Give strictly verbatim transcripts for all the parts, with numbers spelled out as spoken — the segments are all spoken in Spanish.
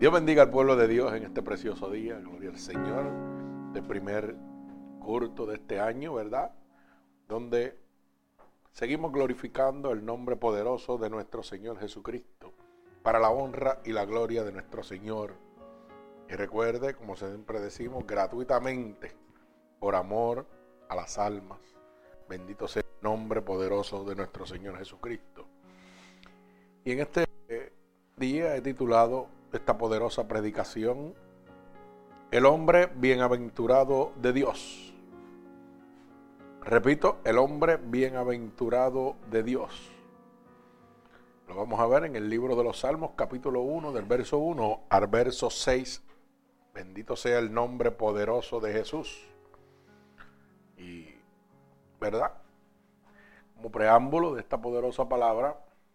Dios bendiga al pueblo de Dios en este precioso día. Gloria al Señor. Del primer culto de este año, ¿verdad? Donde seguimos glorificando el nombre poderoso de nuestro Señor Jesucristo, para la honra y la gloria de nuestro Señor. Y recuerde, como siempre decimos, gratuitamente, por amor a las almas. Bendito sea el nombre poderoso de nuestro Señor Jesucristo. Y en este día he titulado esta poderosa predicación: el hombre bienaventurado de Dios. Repito, el hombre bienaventurado de Dios. Lo vamos a ver en el libro de los Salmos, capítulo uno, del verso uno al verso seis. Bendito sea el nombre poderoso de Jesús. Y, ¿verdad? Como preámbulo de esta poderosa palabra,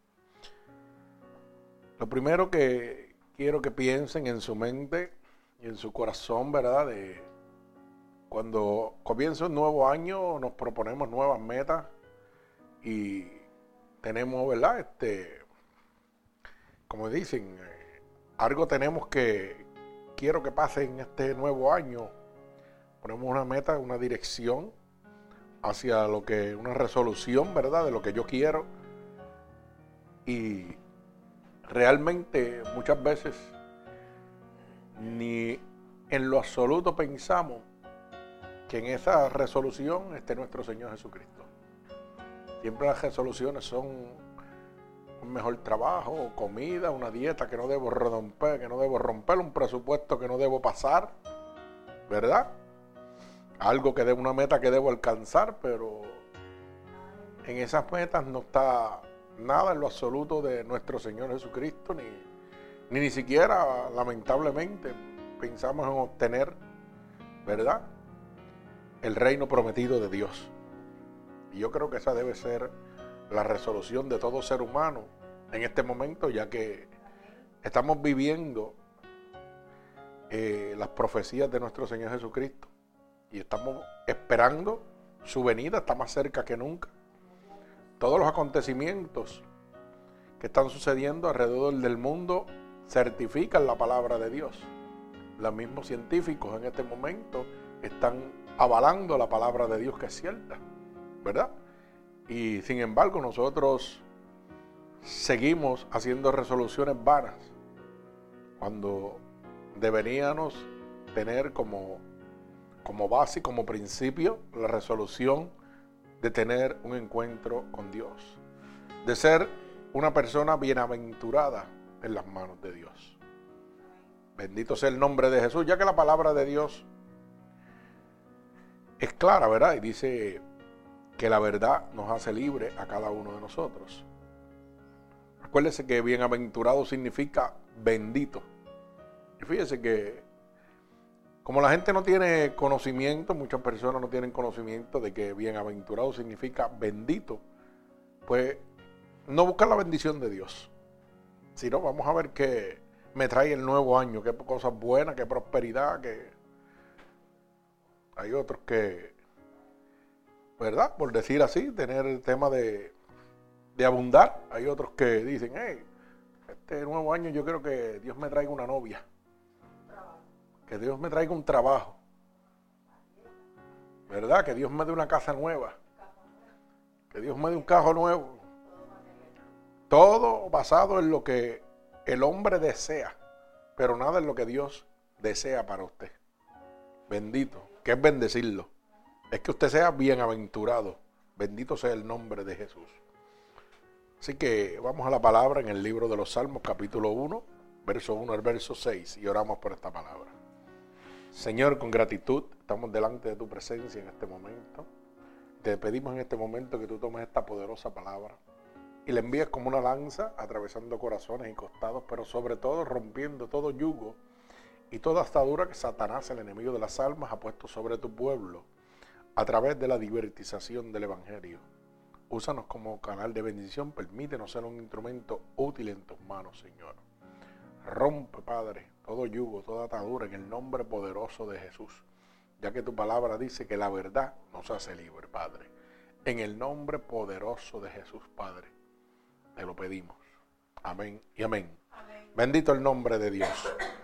lo primero que quiero que piensen en su mente y en su corazón, ¿verdad? De cuando comienza un nuevo año, nos proponemos nuevas metas y tenemos, ¿verdad? Este, como dicen, eh, algo tenemos que, quiero que pase en este nuevo año. Ponemos una meta, una dirección hacia lo que, una resolución, ¿verdad? De lo que yo quiero. Y realmente muchas veces ni en lo absoluto pensamos que en esa resolución esté nuestro Señor Jesucristo. Siempre las resoluciones son un mejor trabajo, comida, una dieta que no debo romper, que no debo romper, un presupuesto que no debo pasar, ¿verdad? Algo que debo, una meta que debo alcanzar, pero en esas metas no está nada en lo absoluto de nuestro Señor Jesucristo, ni, ni ni siquiera, lamentablemente, pensamos en obtener, ¿verdad?, el reino prometido de Dios. Y yo creo que esa debe ser la resolución de todo ser humano en este momento, ya que estamos viviendo eh, las profecías de nuestro Señor Jesucristo y estamos esperando su venida, está más cerca que nunca. Todos los acontecimientos que están sucediendo alrededor del mundo certifican la palabra de Dios. Los mismos científicos en este momento están avalando la palabra de Dios, que es cierta, ¿verdad? Y sin embargo nosotros seguimos haciendo resoluciones vanas cuando deberíamos tener como, como base, como principio, la resolución de tener un encuentro con Dios, de ser una persona bienaventurada en las manos de Dios. Bendito sea el nombre de Jesús, ya que la palabra de Dios es clara, ¿verdad? Y dice que la verdad nos hace libre a cada uno de nosotros. Acuérdese que bienaventurado significa bendito. Y fíjese que como la gente no tiene conocimiento, muchas personas no tienen conocimiento de que bienaventurado significa bendito, pues no buscan la bendición de Dios, sino vamos a ver qué me trae el nuevo año, qué cosas buenas, qué prosperidad, que hay otros que, ¿verdad?, por decir así, tener el tema de, de abundar. Hay otros que dicen, hey, este nuevo año yo quiero que Dios me traiga una novia, que Dios me traiga un trabajo, ¿verdad? Que Dios me dé una casa nueva, que Dios me dé un carro nuevo. Todo basado en lo que el hombre desea, pero nada en lo que Dios desea para usted. Bendito, que es bendecirlo. Es que usted sea bienaventurado. Bendito sea el nombre de Jesús. Así que vamos a la palabra en el libro de los Salmos, capítulo uno, verso uno al verso seis, y oramos por esta palabra. Señor, con gratitud estamos delante de tu presencia en este momento. Te pedimos en este momento que tú tomes esta poderosa palabra y la envíes como una lanza, atravesando corazones y costados, pero sobre todo rompiendo todo yugo y toda atadura que Satanás, el enemigo de las almas, ha puesto sobre tu pueblo a través de la divertización del Evangelio. Úsanos como canal de bendición, permítenos ser un instrumento útil en tus manos, Señor. Rompe, Padre, todo yugo, toda atadura en el nombre poderoso de Jesús, ya que tu palabra dice que la verdad nos hace libre, Padre. En el nombre poderoso de Jesús, Padre, te lo pedimos. Amén y amén. Amén. Bendito el nombre de Dios.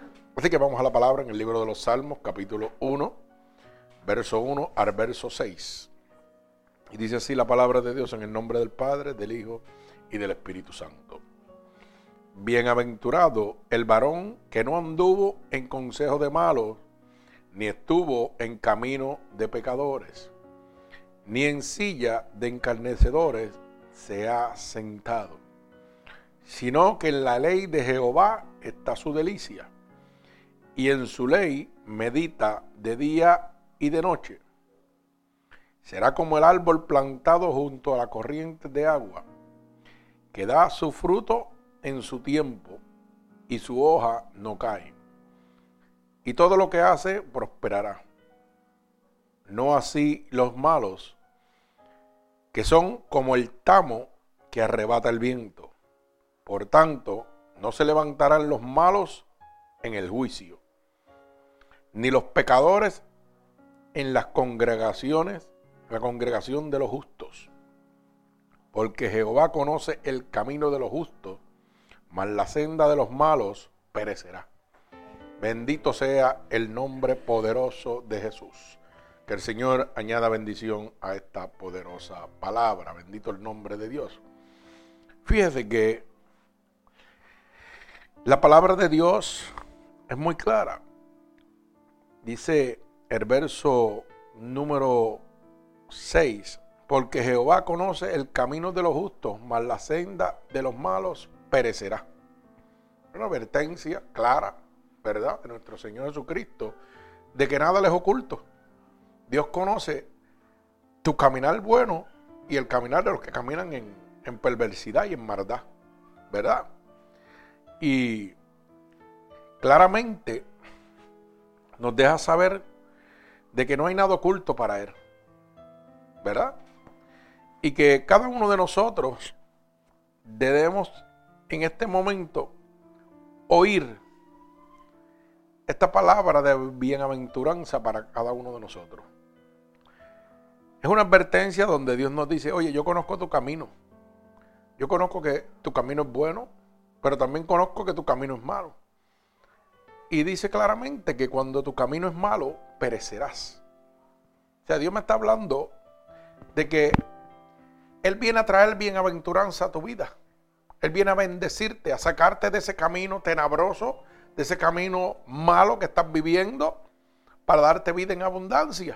Así que vamos a la palabra en el libro de los Salmos, capítulo uno, verso uno al verso seis. Y dice así la palabra de Dios en el nombre del Padre, del Hijo y del Espíritu Santo. Bienaventurado el varón que no anduvo en consejo de malos, ni estuvo en camino de pecadores, ni en silla de encarnecedores se ha sentado, sino que en la ley de Jehová está su delicia, y en su ley medita de día y de noche. Será como el árbol plantado junto a la corriente de agua, que da su fruto en su tiempo, y su hoja no cae. Y todo lo que hace prosperará. No así los malos, que son como el tamo que arrebata el viento. Por tanto, no se levantarán los malos en el juicio, ni los pecadores en las congregaciones, la congregación de los justos. Porque Jehová conoce el camino de los justos, mas la senda de los malos perecerá. Bendito sea el nombre poderoso de Jesús. Que el Señor añada bendición a esta poderosa palabra. Bendito el nombre de Dios. Fíjese que la palabra de Dios es muy clara. Dice el verso número seis, porque Jehová conoce el camino de los justos, mas la senda de los malos perecerá. Una advertencia clara, ¿verdad?, de nuestro Señor Jesucristo, de que nada les es oculto. Dios conoce tu caminar bueno y el caminar de los que caminan en, en perversidad y en maldad, ¿verdad? Y claramente nos deja saber de que no hay nada oculto para Él, ¿verdad? Y que cada uno de nosotros debemos en este momento oír esta palabra de bienaventuranza para cada uno de nosotros. Es una advertencia donde Dios nos dice, oye, yo conozco tu camino. Yo conozco que tu camino es bueno, pero también conozco que tu camino es malo. Y dice claramente que cuando tu camino es malo, perecerás. O sea, Dios me está hablando de que Él viene a traer bienaventuranza a tu vida. Él viene a bendecirte, a sacarte de ese camino tenebroso, de ese camino malo que estás viviendo, para darte vida en abundancia.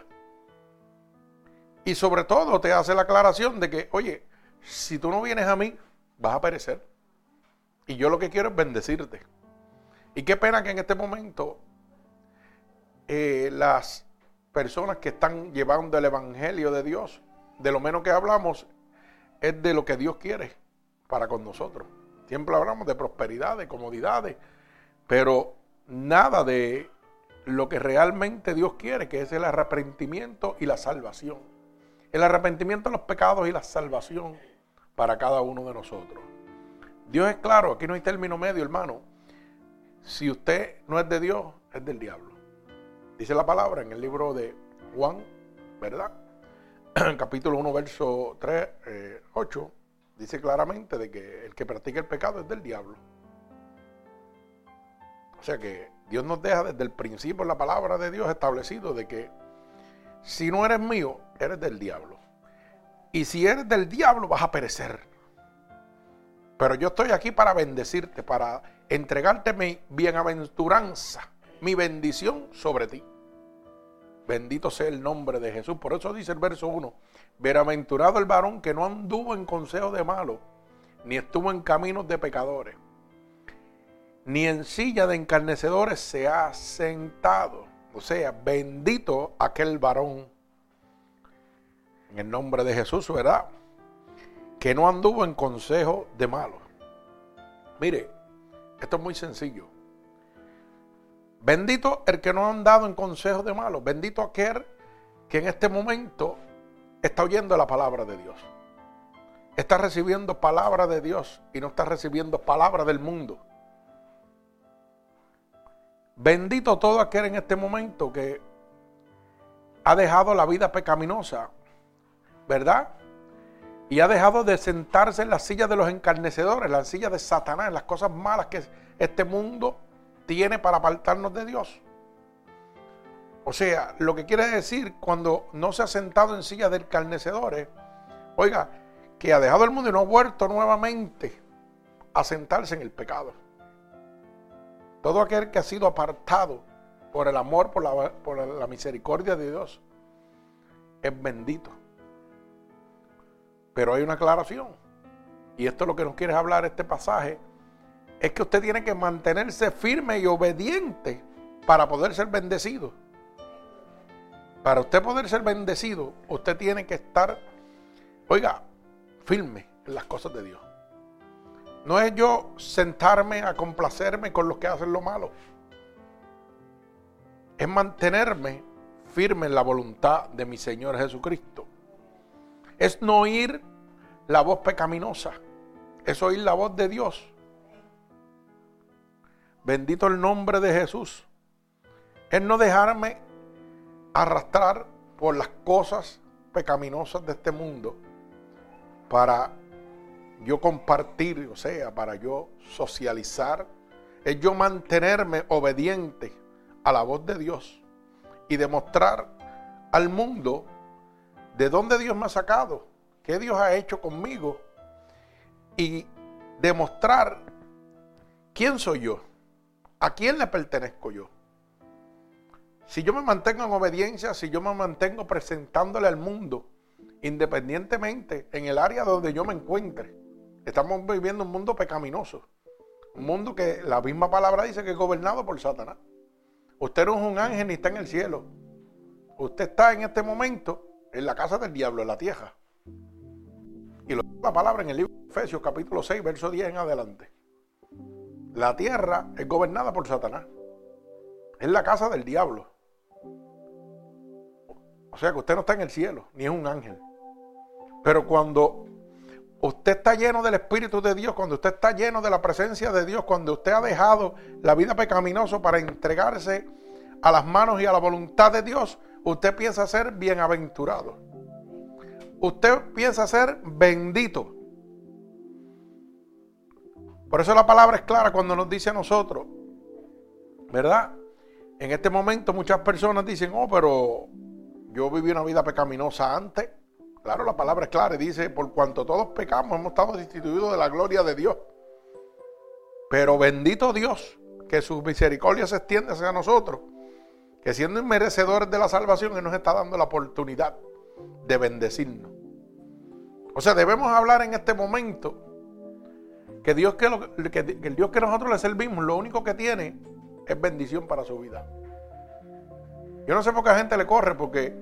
Y sobre todo te hace la aclaración de que, oye, si tú no vienes a mí, vas a perecer. Y yo lo que quiero es bendecirte. Y qué pena que en este momento eh, las personas que están llevando el evangelio de Dios, de lo menos que hablamos es de lo que Dios quiere para con nosotros. Siempre hablamos de prosperidad, de comodidades, pero nada de lo que realmente Dios quiere, que es el arrepentimiento y la salvación. El arrepentimiento de los pecados y la salvación para cada uno de nosotros. Dios es claro, aquí no hay término medio, hermano. Si usted no es de Dios, es del diablo. Dice la palabra en el libro de Juan, ¿verdad? Capítulo uno, verso tres, eh, ocho, dice claramente de que el que practica el pecado es del diablo. O sea que Dios nos deja desde el principio en la palabra de Dios establecido de que si no eres mío, eres del diablo. Y si eres del diablo, vas a perecer. Pero yo estoy aquí para bendecirte, para entregarte mi bienaventuranza, mi bendición sobre ti. Bendito sea el nombre de Jesús. Por eso dice el verso uno, bienaventurado el varón que no anduvo en consejo de malos, ni estuvo en caminos de pecadores, ni en silla de encarnecedores se ha sentado. O sea, bendito aquel varón, en el nombre de Jesús, ¿verdad?, que no anduvo en consejo de malos. Mire, esto es muy sencillo. Bendito el que no ha andado en consejo de malos. Bendito aquel que en este momento está oyendo la palabra de Dios. Está recibiendo palabra de Dios y no está recibiendo palabra del mundo. Bendito todo aquel en este momento que ha dejado la vida pecaminosa, ¿verdad? Y ha dejado de sentarse en la silla de los encarnecedores, la silla de Satanás, las cosas malas que este mundo tiene para apartarnos de Dios. O sea, lo que quiere decir, cuando no se ha sentado en silla de escarnecedores, oiga, que ha dejado el mundo y no ha vuelto nuevamente a sentarse en el pecado. Todo aquel que ha sido apartado por el amor, por la, por la misericordia de Dios, es bendito. Pero hay una aclaración, y esto es lo que nos quiere hablar este pasaje, es que usted tiene que mantenerse firme y obediente para poder ser bendecido. Para usted poder ser bendecido, usted tiene que estar, oiga, firme en las cosas de Dios. No es yo sentarme a complacerme con los que hacen lo malo. Es mantenerme firme en la voluntad de mi Señor Jesucristo. Es no oír la voz pecaminosa. Es oír la voz de Dios. Bendito el nombre de Jesús. Es no dejarme arrastrar por las cosas pecaminosas de este mundo para yo compartir, o sea, para yo socializar. Es yo mantenerme obediente a la voz de Dios y demostrar al mundo de dónde Dios me ha sacado, qué Dios ha hecho conmigo, y demostrar quién soy yo, a quién le pertenezco yo. Si yo me mantengo en obediencia, si yo me mantengo presentándole al mundo, independientemente en el área donde yo me encuentre, estamos viviendo un mundo pecaminoso, un mundo que la misma palabra dice que es gobernado por Satanás. Usted no es un ángel ni está en el cielo. Usted está en este momento en la casa del diablo, en la tierra. Y lo dice la palabra en el libro de Efesios capítulo seis, verso diez en adelante. La tierra es gobernada por Satanás. Es la casa del diablo. O sea que usted no está en el cielo, ni es un ángel. Pero cuando usted está lleno del Espíritu de Dios, cuando usted está lleno de la presencia de Dios, cuando usted ha dejado la vida pecaminosa para entregarse a las manos y a la voluntad de Dios, usted piensa ser bienaventurado. Usted piensa ser bendito. Por eso la palabra es clara cuando nos dice a nosotros, ¿verdad? En este momento muchas personas dicen, oh, pero yo viví una vida pecaminosa antes. Claro, la palabra es clara y dice, por cuanto todos pecamos, hemos estado destituidos de la gloria de Dios. Pero bendito Dios, que su misericordia se extiende hacia nosotros, que siendo inmerecedores de la salvación, Él nos está dando la oportunidad de bendecirnos. O sea, debemos hablar en este momento que, Dios que, lo, que, que el Dios que nosotros le servimos, lo único que tiene es bendición para su vida. Yo no sé por qué a la gente le corre, porque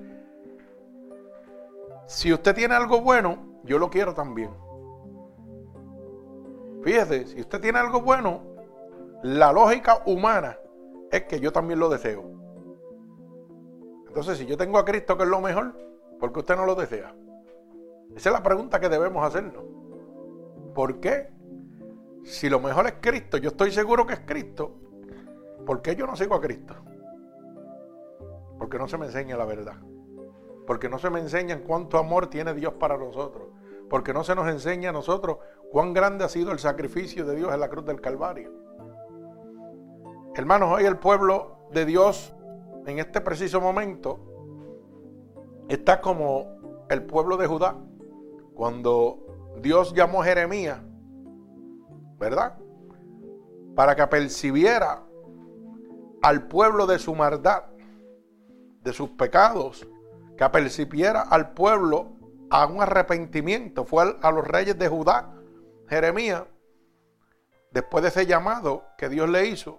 si usted tiene algo bueno, yo lo quiero también. Fíjese, si usted tiene algo bueno, la lógica humana es que yo también lo deseo. Entonces, si yo tengo a Cristo, que es lo mejor, ¿por qué usted no lo desea? Esa es la pregunta que debemos hacernos. ¿Por qué? Si lo mejor es Cristo, yo estoy seguro que es Cristo, ¿por qué yo no sigo a Cristo? Porque no se me enseña la verdad. Porque no se me enseña cuánto amor tiene Dios para nosotros. Porque no se nos enseña a nosotros cuán grande ha sido el sacrificio de Dios en la cruz del Calvario. Hermanos, hoy el pueblo de Dios, en este preciso momento, está como el pueblo de Judá. Cuando Dios llamó a Jeremías, ¿verdad? Para que apercibiera al pueblo de su maldad, de sus pecados, que apercibiera al pueblo a un arrepentimiento. Fue a los reyes de Judá, Jeremías, después de ese llamado que Dios le hizo.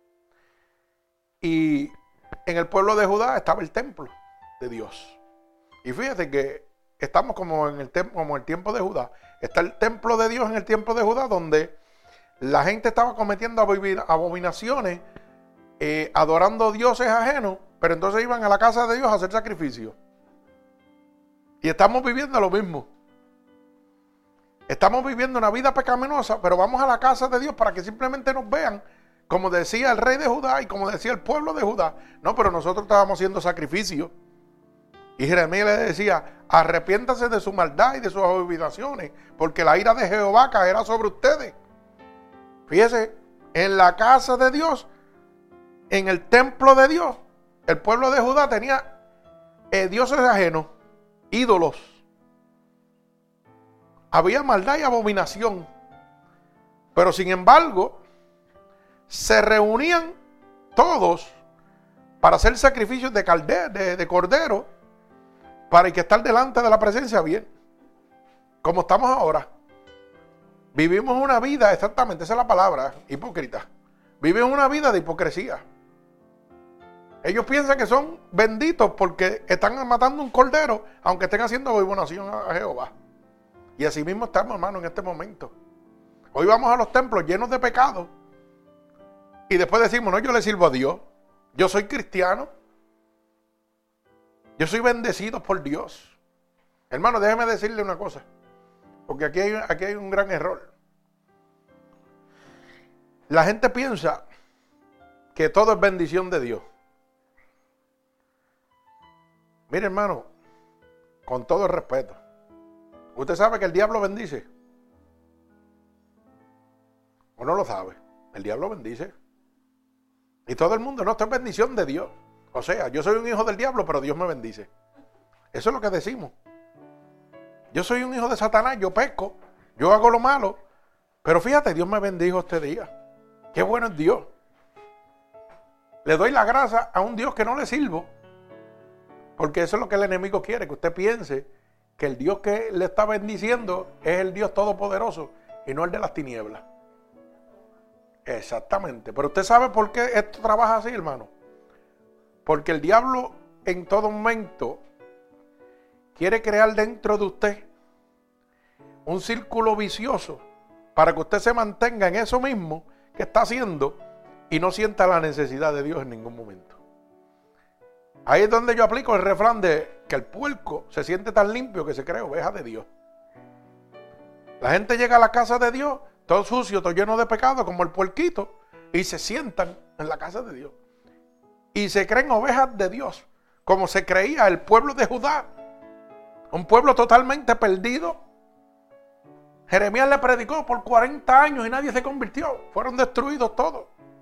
Y en el pueblo de Judá estaba el templo de Dios. Y fíjate que estamos como en el, tem- como el tiempo de Judá. Está el templo de Dios en el tiempo de Judá, donde la gente estaba cometiendo abominaciones, eh, adorando dioses ajenos, pero entonces iban a la casa de Dios a hacer sacrificios. Y estamos viviendo lo mismo. Estamos viviendo una vida pecaminosa, pero vamos a la casa de Dios para que simplemente nos vean, como decía el rey de Judá y como decía el pueblo de Judá. No, pero nosotros estábamos haciendo sacrificios. Y Jeremías le decía, arrepiéntase de su maldad y de sus abominaciones, porque la ira de Jehová caerá sobre ustedes. Fíjese, en la casa de Dios en el templo de Dios, el pueblo de Judá tenía eh, dioses ajenos, ídolos. Había maldad y abominación. Pero sin embargo, se reunían todos para hacer sacrificios de, calde, de, de cordero, para que estar delante de la presencia bien. Como estamos ahora. Vivimos una vida, exactamente, esa es la palabra, hipócrita. Viven una vida de hipocresía. Ellos piensan que son benditos porque están matando un cordero, aunque estén haciendo abominación a Jehová. Y así mismo estamos, hermano, en este momento. Hoy vamos a los templos llenos de pecado. Y después decimos, no, yo le sirvo a Dios. Yo soy cristiano. Yo soy bendecido por Dios. Hermano, déjeme decirle una cosa. Porque aquí hay, aquí hay un gran error. La gente piensa que todo es bendición de Dios. Mire, hermano, con todo el respeto. ¿Usted sabe que el diablo bendice? ¿O no lo sabe? El diablo bendice. Y todo el mundo, no, esto es bendición de Dios. O sea, yo soy un hijo del diablo, pero Dios me bendice. Eso es lo que decimos. Yo soy un hijo de Satanás, yo peco, yo hago lo malo. Pero fíjate, Dios me bendijo este día. Qué bueno es Dios. Le doy la gracia a un Dios que no le sirvo. Porque eso es lo que el enemigo quiere, que usted piense que el Dios que le está bendiciendo es el Dios todopoderoso y no el de las tinieblas. Exactamente. Pero usted sabe por qué esto trabaja así, hermano. Porque el diablo en todo momento quiere crear dentro de usted un círculo vicioso para que usted se mantenga en eso mismo que está haciendo y no sienta la necesidad de Dios en ningún momento. Ahí es donde yo aplico el refrán de que el puerco se siente tan limpio que se cree oveja de Dios. La gente llega a la casa de Dios todo sucio, todo lleno de pecado, como el puerquito, y se sientan en la casa de Dios. Y se creen ovejas de Dios, como se creía el pueblo de Judá. Un pueblo totalmente perdido. Jeremías le predicó por cuarenta años y nadie se convirtió. Fueron destruidos todos.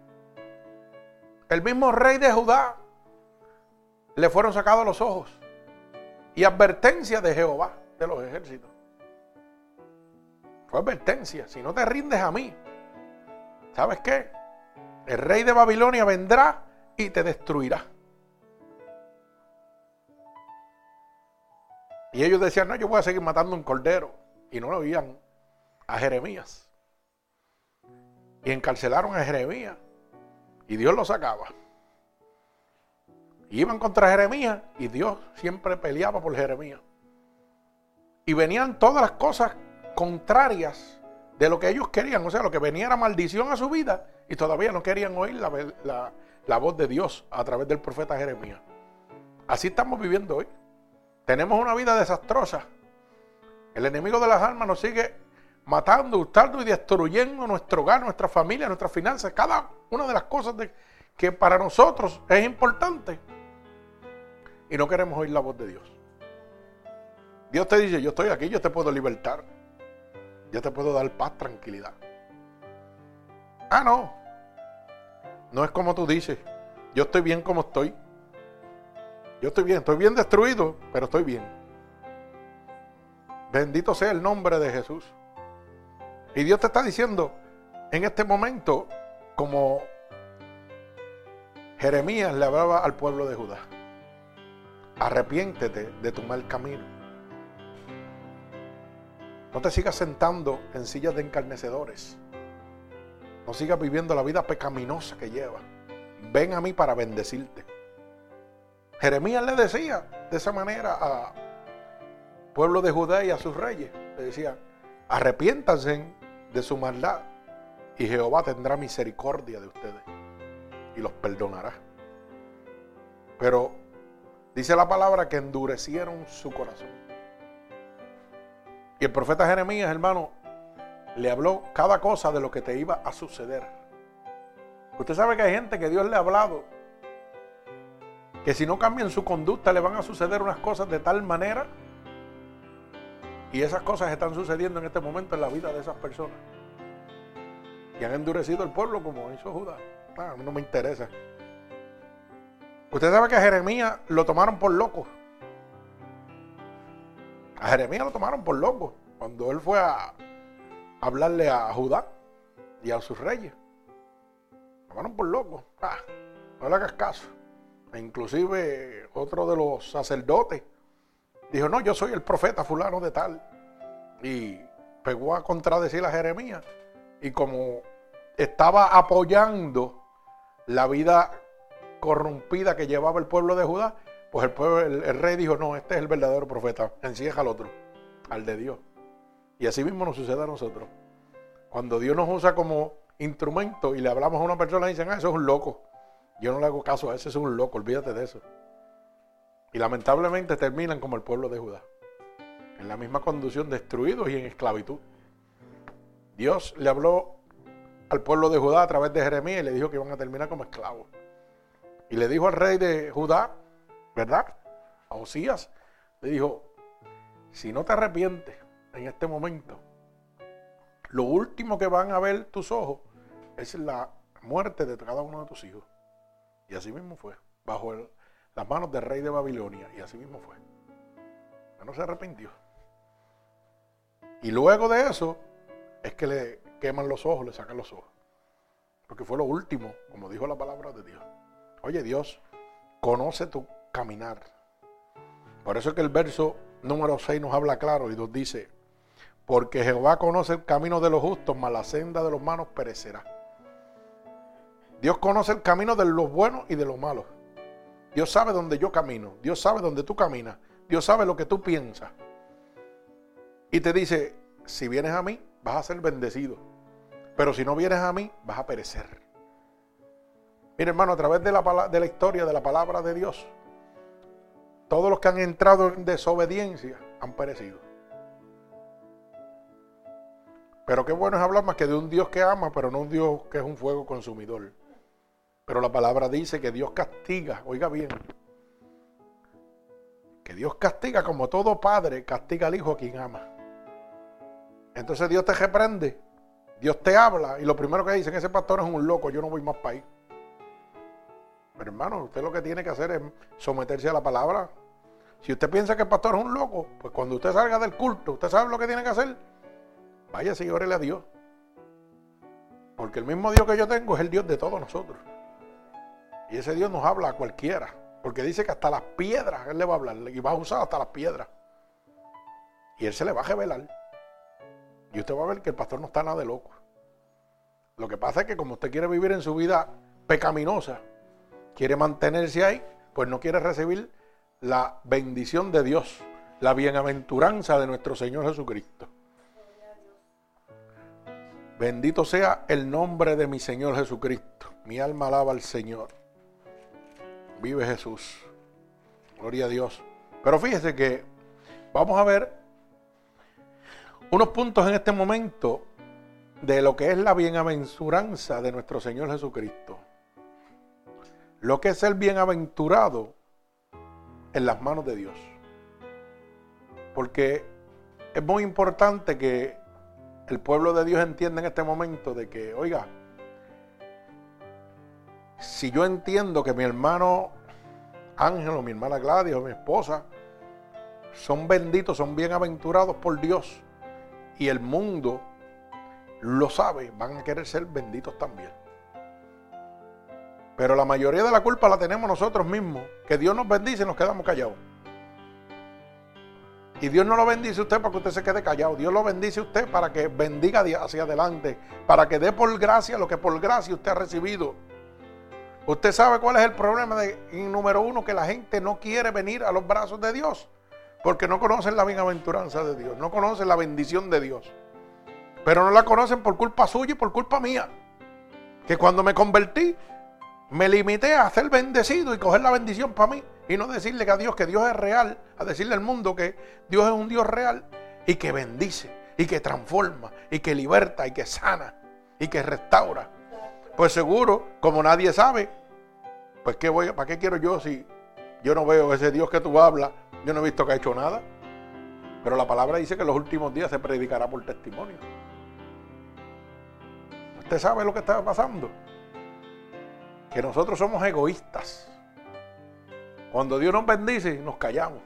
El mismo rey de Judá le fueron sacados los ojos. Y advertencia de Jehová de los ejércitos. Fue advertencia. Si no te rindes a mí, ¿sabes qué? El rey de Babilonia vendrá y te destruirá. Y ellos decían, no, yo voy a seguir matando un cordero. Y no lo oían a Jeremías. Y encarcelaron a Jeremías. Y Dios lo sacaba. Y iban contra Jeremías. Y Dios siempre peleaba por Jeremías. Y venían todas las cosas contrarias de lo que ellos querían. O sea, lo que venía era maldición a su vida. Y todavía no querían oír la, la, la voz de Dios a través del profeta Jeremías. Así estamos viviendo hoy. Tenemos una vida desastrosa. El enemigo de las almas nos sigue matando, hurtando y destruyendo nuestro hogar, nuestra familia, nuestras finanzas. Cada una de las cosas de, que para nosotros es importante. Y no queremos oír la voz de Dios. Dios te dice, yo estoy aquí, yo te puedo libertar. Yo te puedo dar paz, tranquilidad. Ah, no. No es como tú dices. Yo estoy bien como estoy. Yo estoy bien, estoy bien destruido, pero estoy bien. Bendito sea el nombre de Jesús. Y Dios te está diciendo en este momento, como Jeremías le hablaba al pueblo de Judá, arrepiéntete de tu mal camino. No te sigas sentando en sillas de encarnecedores. No sigas viviendo la vida pecaminosa que llevas. Ven a mí para bendecirte. Jeremías le decía de esa manera al pueblo de Judá y a sus reyes. Le decía, arrepiéntanse de su maldad y Jehová tendrá misericordia de ustedes y los perdonará. Pero dice la palabra que endurecieron su corazón. Y el profeta Jeremías, hermano, le habló cada cosa de lo que te iba a suceder. Usted sabe que hay gente que Dios le ha hablado que si no cambian su conducta le van a suceder unas cosas de tal manera, y esas cosas están sucediendo en este momento en la vida de esas personas y han endurecido el pueblo como hizo Judá. Ah, a mí no me interesa. Usted sabe que a Jeremías lo tomaron por loco. A Jeremías lo tomaron por loco cuando él fue a hablarle a Judá y a sus reyes. Lo tomaron por loco. Ah, no le hagas caso. E inclusive otro de los sacerdotes dijo, no, yo soy el profeta fulano de tal. Y pegó a contradecir a Jeremías. Y como estaba apoyando la vida corrompida que llevaba el pueblo de Judá, pues el, pueblo, el, el rey dijo, no, este es el verdadero profeta, encierra al otro, al de Dios. Y así mismo nos sucede a nosotros. Cuando Dios nos usa como instrumento y le hablamos a una persona y dicen, ah, eso es un loco. Yo no le hago caso a ese, es un loco, olvídate de eso. Y lamentablemente terminan como el pueblo de Judá, en la misma condición, destruidos y en esclavitud. Dios le habló al pueblo de Judá a través de Jeremías y le dijo que iban a terminar como esclavos. Y le dijo al rey de Judá, ¿verdad? A Osías, le dijo, si no te arrepientes en este momento, lo último que van a ver tus ojos es la muerte de cada uno de tus hijos. Y así mismo fue, bajo el, las manos del rey de Babilonia, y así mismo fue. No se arrepintió. Y luego de eso, es que le queman los ojos, le sacan los ojos. Porque fue lo último, como dijo la palabra de Dios. Oye, Dios conoce tu caminar. Por eso es que el verso número seis nos habla claro y nos dice, porque Jehová conoce el camino de los justos, mas la senda de los malos perecerá. Dios conoce el camino de los buenos y de los malos. Dios sabe dónde yo camino. Dios sabe dónde tú caminas. Dios sabe lo que tú piensas. Y te dice, si vienes a mí, vas a ser bendecido. Pero si no vienes a mí, vas a perecer. Mira, hermano, a través de la, de la historia, de la palabra de Dios, todos los que han entrado en desobediencia han perecido. Pero qué bueno es hablar más que de un Dios que ama, pero no un Dios que es un fuego consumidor. Pero la palabra dice que Dios castiga, oiga bien, que Dios castiga como todo padre castiga al hijo a quien ama. Entonces Dios te reprende, Dios te habla y lo primero que dicen, ese pastor es un loco, yo no voy más para ahí. Pero hermano, usted lo que tiene que hacer es someterse a la palabra. Si usted piensa que el pastor es un loco, pues cuando usted salga del culto, usted sabe lo que tiene que hacer. Váyase y órele a Dios. Porque el mismo Dios que yo tengo es el Dios de todos nosotros. Y ese Dios nos habla a cualquiera. Porque dice que hasta las piedras Él le va a hablar. Y va a usar hasta las piedras. Y Él se le va a revelar. Y usted va a ver que el pastor no está nada de loco. Lo que pasa es que como usted quiere vivir en su vida pecaminosa, quiere mantenerse ahí, pues no quiere recibir la bendición de Dios, la bienaventuranza de nuestro Señor Jesucristo. Bendito sea el nombre de mi Señor Jesucristo. Mi alma alaba al Señor. Vive Jesús. Gloria a Dios. Pero fíjese que vamos a ver unos puntos en este momento de lo que es la bienaventuranza de nuestro Señor Jesucristo. Lo que es el bienaventurado en las manos de Dios. Porque es muy importante que el pueblo de Dios entienda en este momento de que, oiga, si yo entiendo que mi hermano Ángel o mi hermana Gladys o mi esposa son benditos, son bienaventurados por Dios y el mundo lo sabe, van a querer ser benditos también. Pero la mayoría de la culpa la tenemos nosotros mismos, que Dios nos bendice y nos quedamos callados. Y Dios no lo bendice a usted para que usted se quede callado. Dios lo bendice a usted para que bendiga hacia adelante. Para que dé por gracia lo que por gracia usted ha recibido. Usted sabe cuál es el problema de, número uno, que la gente no quiere venir a los brazos de Dios. Porque no conocen la bienaventuranza de Dios. No conocen la bendición de Dios. Pero no la conocen por culpa suya y por culpa mía. Que cuando me convertí, me limité a ser bendecido y coger la bendición para mí. Y no decirle que a Dios, que Dios es real, a decirle al mundo que Dios es un Dios real y que bendice, y que transforma, y que liberta, y que sana, y que restaura. Pues seguro, como nadie sabe, pues ¿qué voy, ¿para qué quiero yo si yo no veo ese Dios que tú hablas? Yo no he visto que ha hecho nada. Pero la palabra dice que en los últimos días se predicará por testimonio. ¿Usted sabe lo que está pasando? Que nosotros somos egoístas. Cuando Dios nos bendice, nos callamos.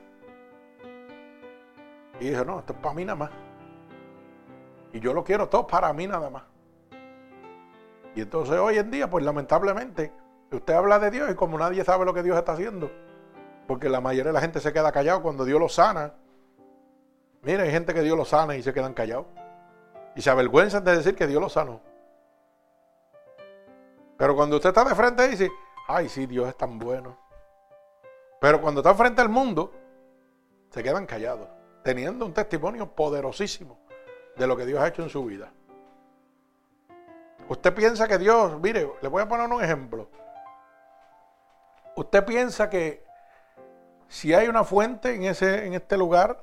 Y dije, no, esto es para mí nada más. Y yo lo quiero todo para mí nada más. Y entonces hoy en día, pues lamentablemente, usted habla de Dios y como nadie sabe lo que Dios está haciendo, porque la mayoría de la gente se queda callado cuando Dios lo sana. Mira, hay gente que Dios lo sana y se quedan callados. Y se avergüenzan de decir que Dios lo sanó. Pero cuando usted está de frente dice, ay, sí, Dios es tan bueno. Pero cuando está frente al mundo, se quedan callados, teniendo un testimonio poderosísimo de lo que Dios ha hecho en su vida. Usted piensa que Dios, mire, le voy a poner un ejemplo. Usted piensa que si hay una fuente en, ese, en este lugar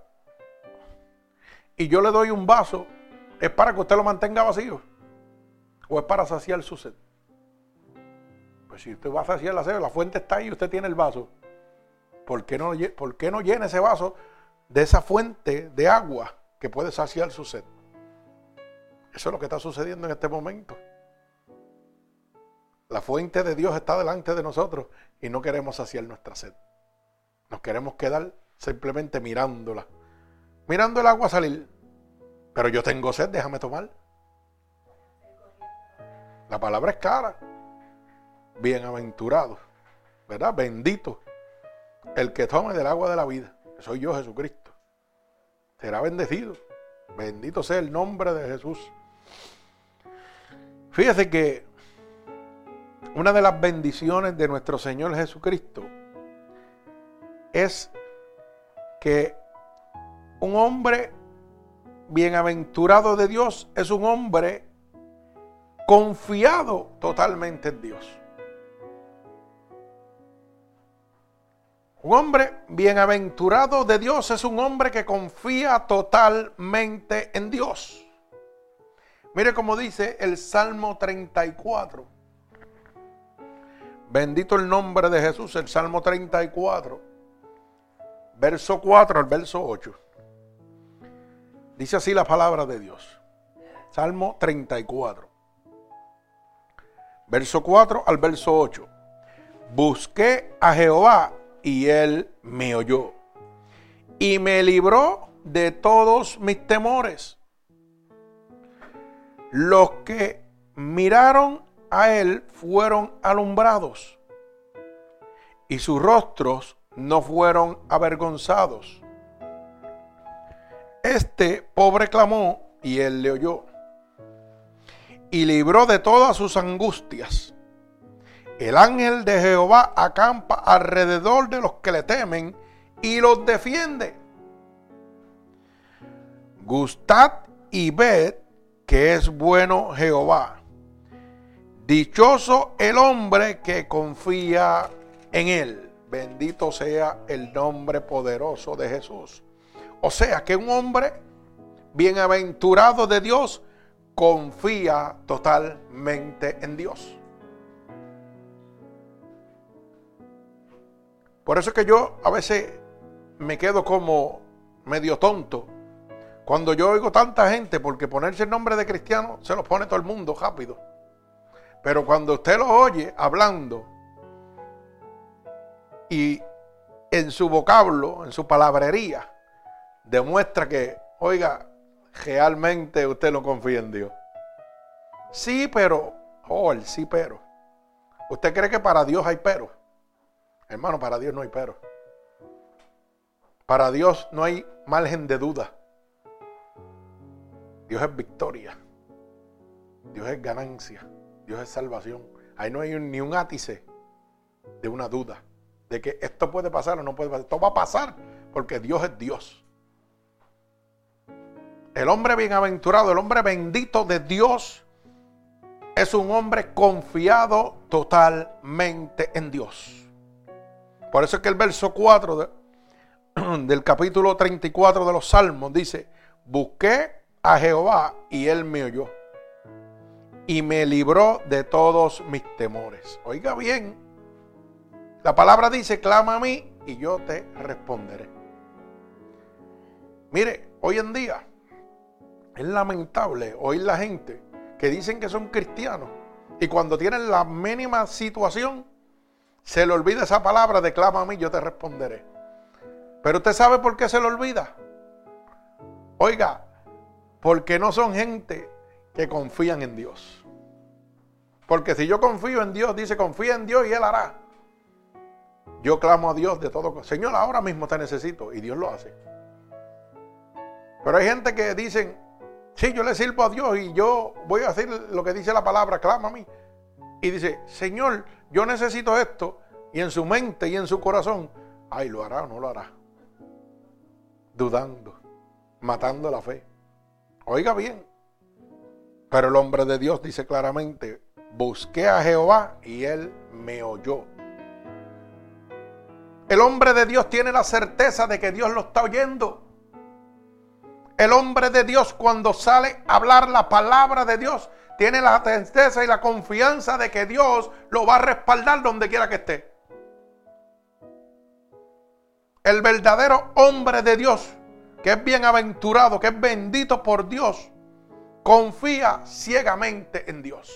y yo le doy un vaso, ¿es para que usted lo mantenga vacío? ¿O es para saciar su sed? Pues si usted va a saciar la sed, la fuente está ahí y usted tiene el vaso. ¿Por qué no, por qué no llena ese vaso de esa fuente de agua que puede saciar su sed? Eso es lo que está sucediendo en este momento. La fuente de Dios está delante de nosotros y no queremos saciar nuestra sed. Nos queremos quedar simplemente mirándola. Mirando el agua salir. Pero yo tengo sed, déjame tomar. La palabra es clara. Bienaventurado, ¿verdad? Bendito el que tome del agua de la vida. Soy yo, Jesucristo. Será bendecido. Bendito sea el nombre de Jesús. Fíjese que una de las bendiciones de nuestro Señor Jesucristo es que un hombre bienaventurado de Dios es un hombre confiado totalmente en Dios. Un hombre bienaventurado de Dios es un hombre que confía totalmente en Dios. Mire cómo dice el Salmo treinta y cuatro. Bendito el nombre de Jesús, el Salmo treinta y cuatro, verso cuatro al verso ocho. Dice así la palabra de Dios. Salmo treinta y cuatro, verso cuatro al verso ocho. Busqué a Jehová y él me oyó y me libró de todos mis temores. Los que miraron a él fueron alumbrados y sus rostros no fueron avergonzados. Este pobre clamó y él le oyó y libró de todas sus angustias. El ángel de Jehová acampa alrededor de los que le temen y los defiende. Gustad y ved que es bueno Jehová. Dichoso el hombre que confía en él. Bendito sea el nombre poderoso de Jesús. O sea que un hombre bienaventurado de Dios confía totalmente en Dios. Por eso es que yo a veces me quedo como medio tonto cuando yo oigo tanta gente, porque ponerse el nombre de cristiano se lo pone todo el mundo rápido. Pero cuando usted lo oye hablando y en su vocablo, en su palabrería, demuestra que, oiga, realmente usted no confía en Dios. Sí, pero, oh, el sí, pero. ¿Usted cree que para Dios hay pero? Hermano, para Dios no hay pero. Para Dios no hay margen de duda. Dios es victoria. Dios es ganancia. Dios es salvación. Ahí no hay un, ni un ápice de una duda de que esto puede pasar o no puede pasar. Esto va a pasar porque Dios es Dios. El hombre bienaventurado, el hombre bendito de Dios, es un hombre confiado totalmente en Dios. Por eso es que el verso cuatro de, del capítulo treinta y cuatro de los Salmos dice: busqué a Jehová y él me oyó y me libró de todos mis temores. Oiga bien, la palabra dice: clama a mí y yo te responderé. Mire, hoy en día es lamentable oír la gente que dicen que son cristianos y cuando tienen la mínima situación se le olvida esa palabra de clama a mí, yo te responderé. Pero usted sabe por qué se le olvida. Oiga, porque no son gente que confían en Dios. Porque si yo confío en Dios, dice confía en Dios y Él hará. Yo clamo a Dios de todo. Señor, ahora mismo te necesito. Y Dios lo hace. Pero hay gente que dicen, sí, yo le sirvo a Dios y yo voy a hacer lo que dice la palabra, clama a mí. Y dice, Señor, yo necesito esto. Y en su mente y en su corazón, ay, ¿lo hará o no lo hará? Dudando, matando la fe. Oiga bien. Pero el hombre de Dios dice claramente, busqué a Jehová y Él me oyó. El hombre de Dios tiene la certeza de que Dios lo está oyendo. El hombre de Dios, cuando sale a hablar la palabra de Dios, tiene la certeza y la confianza de que Dios lo va a respaldar donde quiera que esté. El verdadero hombre de Dios, que es bienaventurado, que es bendito por Dios, confía ciegamente en Dios.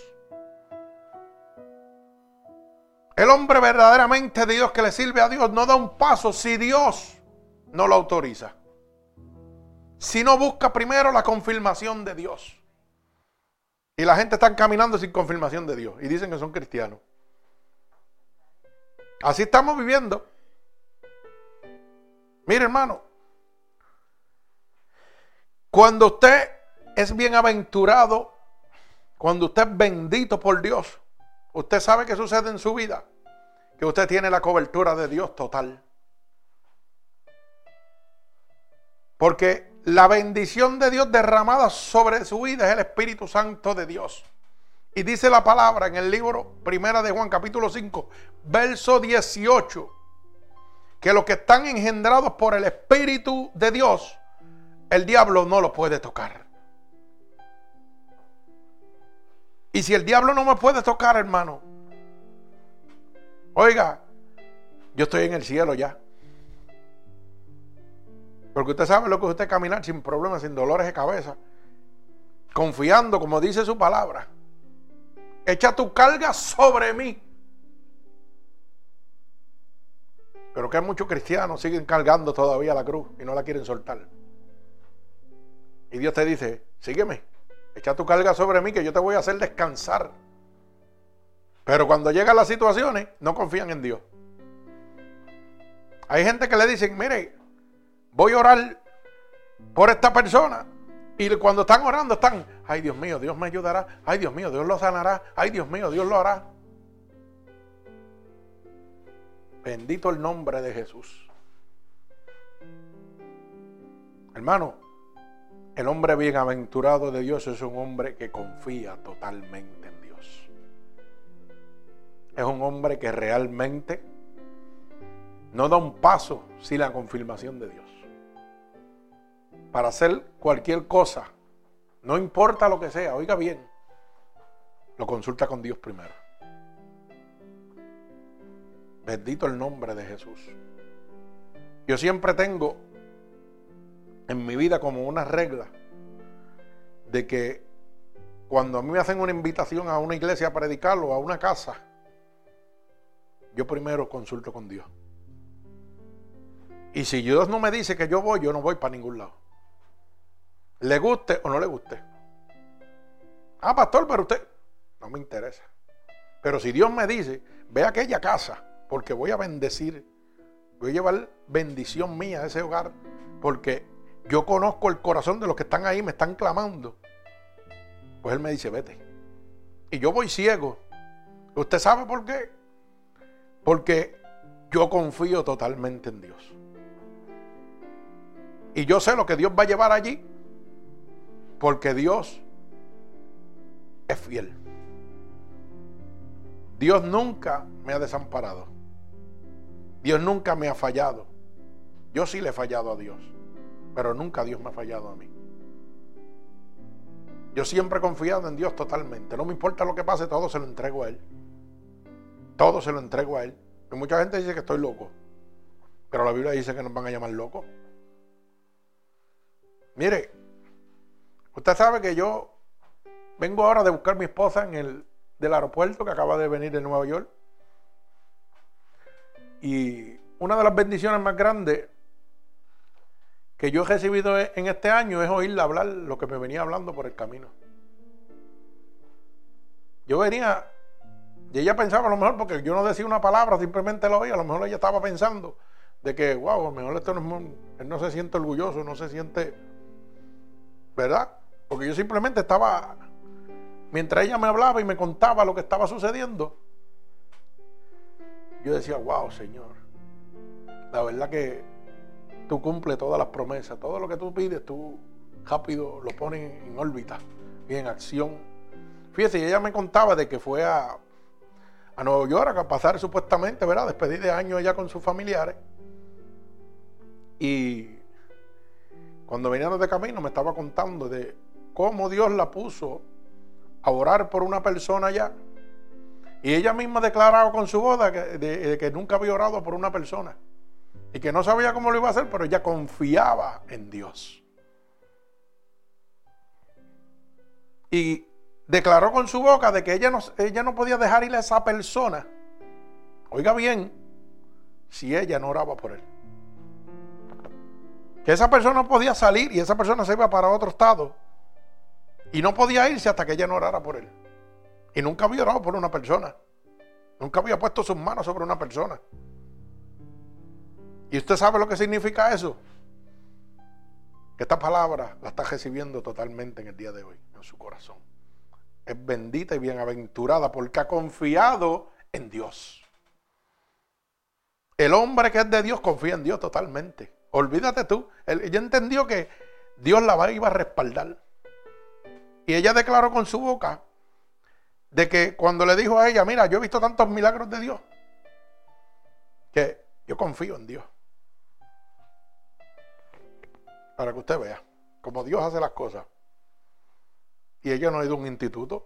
El hombre verdaderamente de Dios que le sirve a Dios no da un paso si Dios no lo autoriza. Si no busca primero la confirmación de Dios. Y la gente está caminando sin confirmación de Dios y dicen que son cristianos. Así estamos viviendo. Mire, hermano, cuando usted es bienaventurado, cuando usted es bendito por Dios, usted sabe qué sucede en su vida, que usted tiene la cobertura de Dios total. Porque la bendición de Dios derramada sobre su vida es el Espíritu Santo de Dios. Y dice la palabra en el libro Primera de Juan, capítulo cinco, verso dieciocho, que los que están engendrados por el Espíritu de Dios, el diablo no los puede tocar. Y si el diablo no me puede tocar, hermano, oiga, yo estoy en el cielo ya. Porque usted sabe lo que es usted caminar sin problemas, sin dolores de cabeza, confiando, como dice su palabra. Echa tu carga sobre mí. Pero que muchos cristianos siguen cargando todavía la cruz y no la quieren soltar. Y Dios te dice, sígueme, echa tu carga sobre mí que yo te voy a hacer descansar. Pero cuando llegan las situaciones, no confían en Dios. Hay gente que le dicen, mire, voy a orar por esta persona. Y cuando están orando están, ay Dios mío, Dios me ayudará. Ay Dios mío, Dios lo sanará. Ay Dios mío, Dios lo hará. Bendito el nombre de Jesús. Hermano, el hombre bienaventurado de Dios es un hombre que confía totalmente en Dios. Es un hombre que realmente no da un paso sin la confirmación de Dios. Para hacer cualquier cosa, no importa lo que sea, oiga bien, lo consulta con Dios primero. Bendito el nombre de Jesús. Yo siempre tengo en mi vida como una regla de que cuando a mí me hacen una invitación a una iglesia a predicar o a una casa, yo primero consulto con Dios. Y si Dios no me dice que yo voy, yo no voy para ningún lado. Le guste o no le guste. Ah, pastor, pero usted, no me interesa. Pero si Dios me dice, ve a aquella casa, porque voy a bendecir, voy a llevar bendición mía a ese hogar, porque yo conozco el corazón de los que están ahí, me están clamando. Pues Él me dice, vete. Y yo voy ciego. ¿Usted sabe por qué? Porque yo confío totalmente en Dios. Y yo sé lo que Dios va a llevar allí, porque Dios es fiel. Dios nunca me ha desamparado. Dios nunca me ha fallado. Yo sí le he fallado a Dios, pero nunca Dios me ha fallado a mí. Yo siempre he confiado en Dios totalmente. No me importa lo que pase, todo se lo entrego a Él. Todo se lo entrego a Él. Y mucha gente dice que estoy loco, pero la Biblia dice que nos van a llamar locos. Mire, usted sabe que yo vengo ahora de buscar a mi esposa en el del aeropuerto, que acaba de venir de Nueva York. Y una de las bendiciones más grandes que yo he recibido en este año es oírla hablar lo que me venía hablando por el camino. Yo venía, y ella pensaba a lo mejor, porque yo no decía una palabra, simplemente lo oía, a lo mejor ella estaba pensando de que, wow, a lo mejor esto no es muy, él no se siente orgulloso, no se siente, ¿verdad? Porque yo simplemente estaba, mientras ella me hablaba y me contaba lo que estaba sucediendo, yo decía, wow, Señor, la verdad que tú cumples todas las promesas, todo lo que tú pides, tú rápido lo pones en órbita y en acción. Fíjese, y ella me contaba de que fue a, a Nueva York a pasar supuestamente, ¿verdad?, despedir de años ella con sus familiares. Y cuando veníamos de camino me estaba contando de cómo Dios la puso a orar por una persona allá. Y ella misma declaraba con su boda que, de, de que nunca había orado por una persona. Y que no sabía cómo lo iba a hacer, pero ella confiaba en Dios. Y declaró con su boca de que ella no, ella no podía dejar ir a esa persona. Oiga bien, si ella no oraba por él. Que esa persona podía salir y esa persona se iba para otro estado. Y no podía irse hasta que ella no orara por él. Y nunca había orado por una persona. Nunca había puesto sus manos sobre una persona. ¿Y usted sabe lo que significa eso? Que esta palabra la está recibiendo totalmente en el día de hoy, en su corazón. Es bendita y bienaventurada porque ha confiado en Dios. El hombre que es de Dios confía en Dios totalmente. Olvídate tú. Ella entendió que Dios la iba a respaldar. Y ella declaró con su boca de que cuando le dijo a ella, mira, yo he visto tantos milagros de Dios, que yo confío en Dios. Para que usted vea cómo Dios hace las cosas. Y ella no ha ido a un instituto.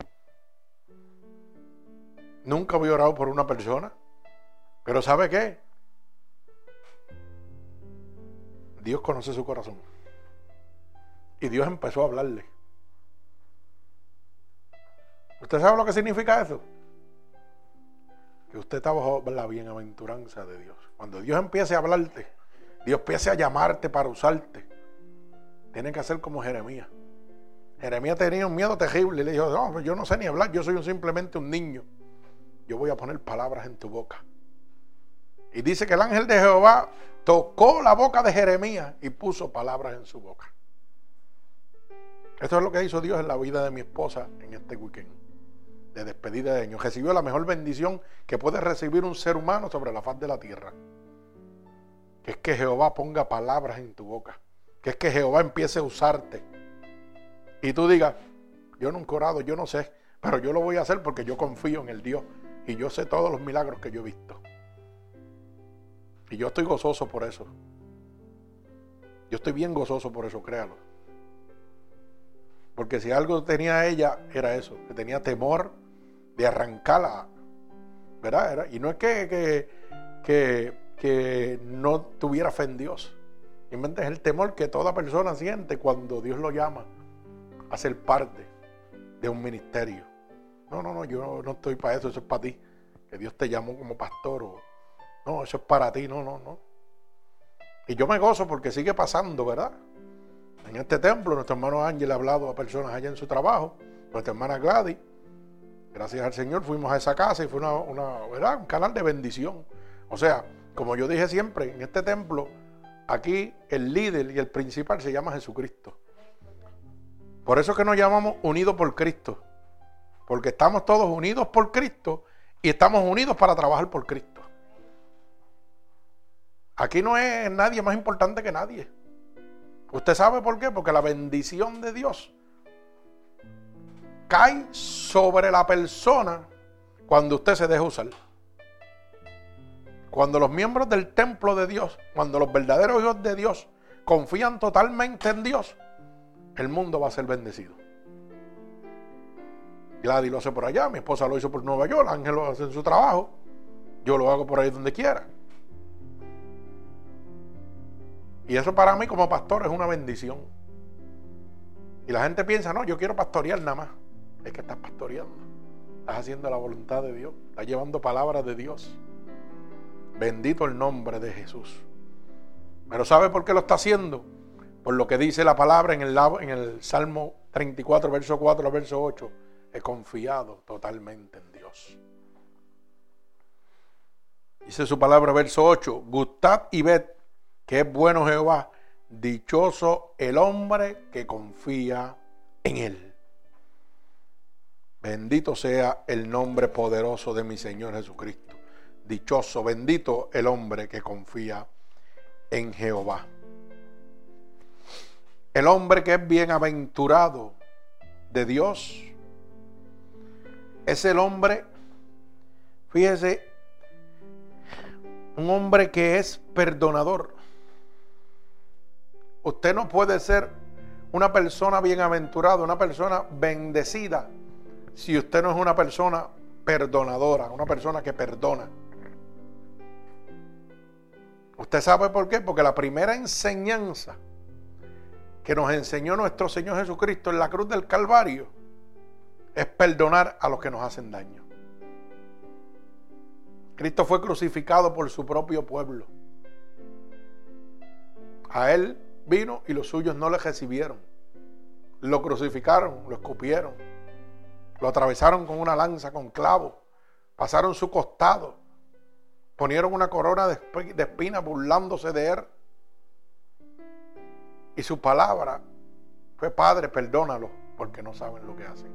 Nunca había orado por una persona. Pero ¿sabe qué? Dios conoce su corazón. Y Dios empezó a hablarle. ¿Usted sabe lo que significa eso? Que usted está bajo la bienaventuranza de Dios. Cuando Dios empiece a hablarte, Dios empiece a llamarte para usarte, tiene que hacer como Jeremías. Jeremías tenía un miedo terrible y le dijo, no, yo no sé ni hablar, yo soy un, simplemente un niño. Yo voy a poner palabras en tu boca. Y dice que el ángel de Jehová tocó la boca de Jeremías y puso palabras en su boca. Esto es lo que hizo Dios en la vida de mi esposa en este weekend de despedida de año. Recibió la mejor bendición que puede recibir un ser humano sobre la faz de la tierra, que es que Jehová ponga palabras en tu boca, que es que Jehová empiece a usarte y tú digas, yo nunca he orado, yo no sé, pero yo lo voy a hacer porque yo confío en el Dios y yo sé todos los milagros que yo he visto y yo estoy gozoso por eso. Yo estoy bien gozoso por eso, créalo. Porque si algo tenía ella, era eso, que tenía temor de arrancarla, ¿verdad? Era, y no es que, que, que, que no tuviera fe en Dios. Simplemente es el temor que toda persona siente cuando Dios lo llama a ser parte de un ministerio. No, no, no, yo no estoy para eso, eso es para ti. Que Dios te llamó como pastor. O, no, eso es para ti, no, no, no. Y yo me gozo porque sigue pasando, ¿verdad? En este templo, nuestro hermano Ángel ha hablado a personas allá en su trabajo, nuestra hermana Gladys, gracias al Señor fuimos a esa casa y fue una, una, ¿verdad?, un canal de bendición. O sea, como yo dije siempre, en este templo, aquí el líder y el principal se llama Jesucristo. Por eso es que nos llamamos unidos por Cristo, porque estamos todos unidos por Cristo y estamos unidos para trabajar por Cristo. Aquí no es nadie más importante que nadie. ¿Usted sabe por qué? Porque la bendición de Dios cae sobre la persona cuando usted se deja usar. Cuando los miembros del templo de Dios, cuando los verdaderos hijos de Dios confían totalmente en Dios, el mundo va a ser bendecido. Gladys lo hace por allá, mi esposa lo hizo por Nueva York, Ángel lo hace en su trabajo, yo lo hago por ahí donde quiera. Y eso para mí como pastor es una bendición. Y la gente piensa, no, yo quiero pastorear nada más. Es que estás pastoreando. Estás haciendo la voluntad de Dios. Estás llevando palabras de Dios. Bendito el nombre de Jesús. Pero ¿sabe por qué lo está haciendo? Por lo que dice la palabra en el, en el Salmo treinta y cuatro, verso cuatro, verso ocho. He confiado totalmente en Dios. Dice su palabra, verso ocho. Gustad y ved que es bueno Jehová. Dichoso el hombre que confía en él. Bendito sea el nombre poderoso de mi Señor Jesucristo. Dichoso, bendito el hombre que confía en Jehová. El hombre que es bienaventurado de Dios es el hombre, fíjese, un hombre que es perdonador. Usted no puede ser una persona bienaventurada, una persona bendecida, si usted no es una persona perdonadora, una persona que perdona. ¿Usted sabe por qué? Porque la primera enseñanza que nos enseñó nuestro Señor Jesucristo en la cruz del Calvario es perdonar a los que nos hacen daño. Cristo fue crucificado por su propio pueblo. A Él vino y los suyos no le recibieron. Lo crucificaron, lo escupieron, lo atravesaron con una lanza, con clavos, pasaron su costado, ponieron una corona de espinas burlándose de Él. Y su palabra fue: Padre, perdónalos porque no saben lo que hacen.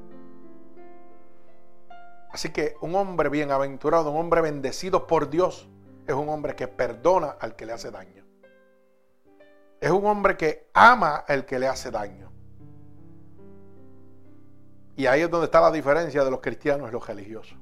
Así que un hombre bienaventurado, un hombre bendecido por Dios, es un hombre que perdona al que le hace daño. Es un hombre que ama al que le hace daño. Y ahí es donde está la diferencia de los cristianos y los religiosos.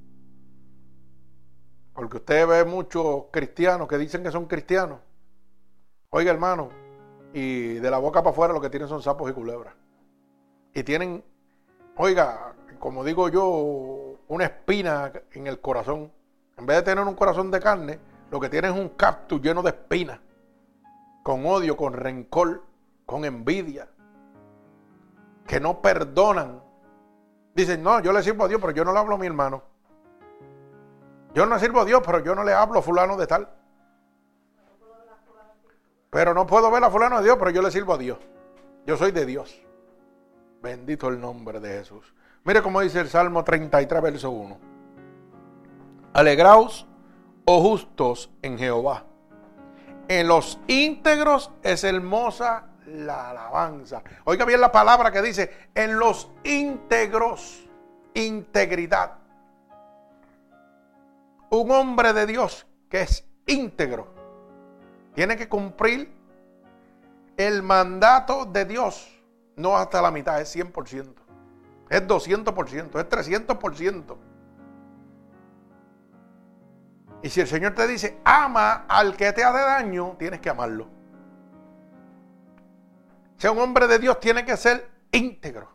Porque usted ve muchos cristianos que dicen que son cristianos. Oiga, hermano, y de la boca para afuera lo que tienen son sapos y culebras. Y tienen, oiga, como digo yo, una espina en el corazón. En vez de tener un corazón de carne, lo que tienen es un cactus lleno de espinas. Con odio, con rencor, con envidia. Que no perdonan. Dicen, no, yo le sirvo a Dios, pero yo no le hablo a mi hermano. Yo no le sirvo a Dios, pero yo no le hablo a fulano de tal. Pero no puedo ver a fulano de Dios, pero yo le sirvo a Dios. Yo soy de Dios. Bendito el nombre de Jesús. Mire cómo dice el Salmo treinta y tres, verso uno. Alegraos, oh justos, en Jehová. En los íntegros es hermosa la alabanza. Oiga bien la palabra que dice, en los íntegros, integridad. Un hombre de Dios que es íntegro tiene que cumplir el mandato de Dios, no hasta la mitad, es cien por ciento, es doscientos por ciento, es trescientos por ciento. Y si el Señor te dice, ama al que te hace daño, tienes que amarlo. Si un hombre de Dios tiene que ser íntegro.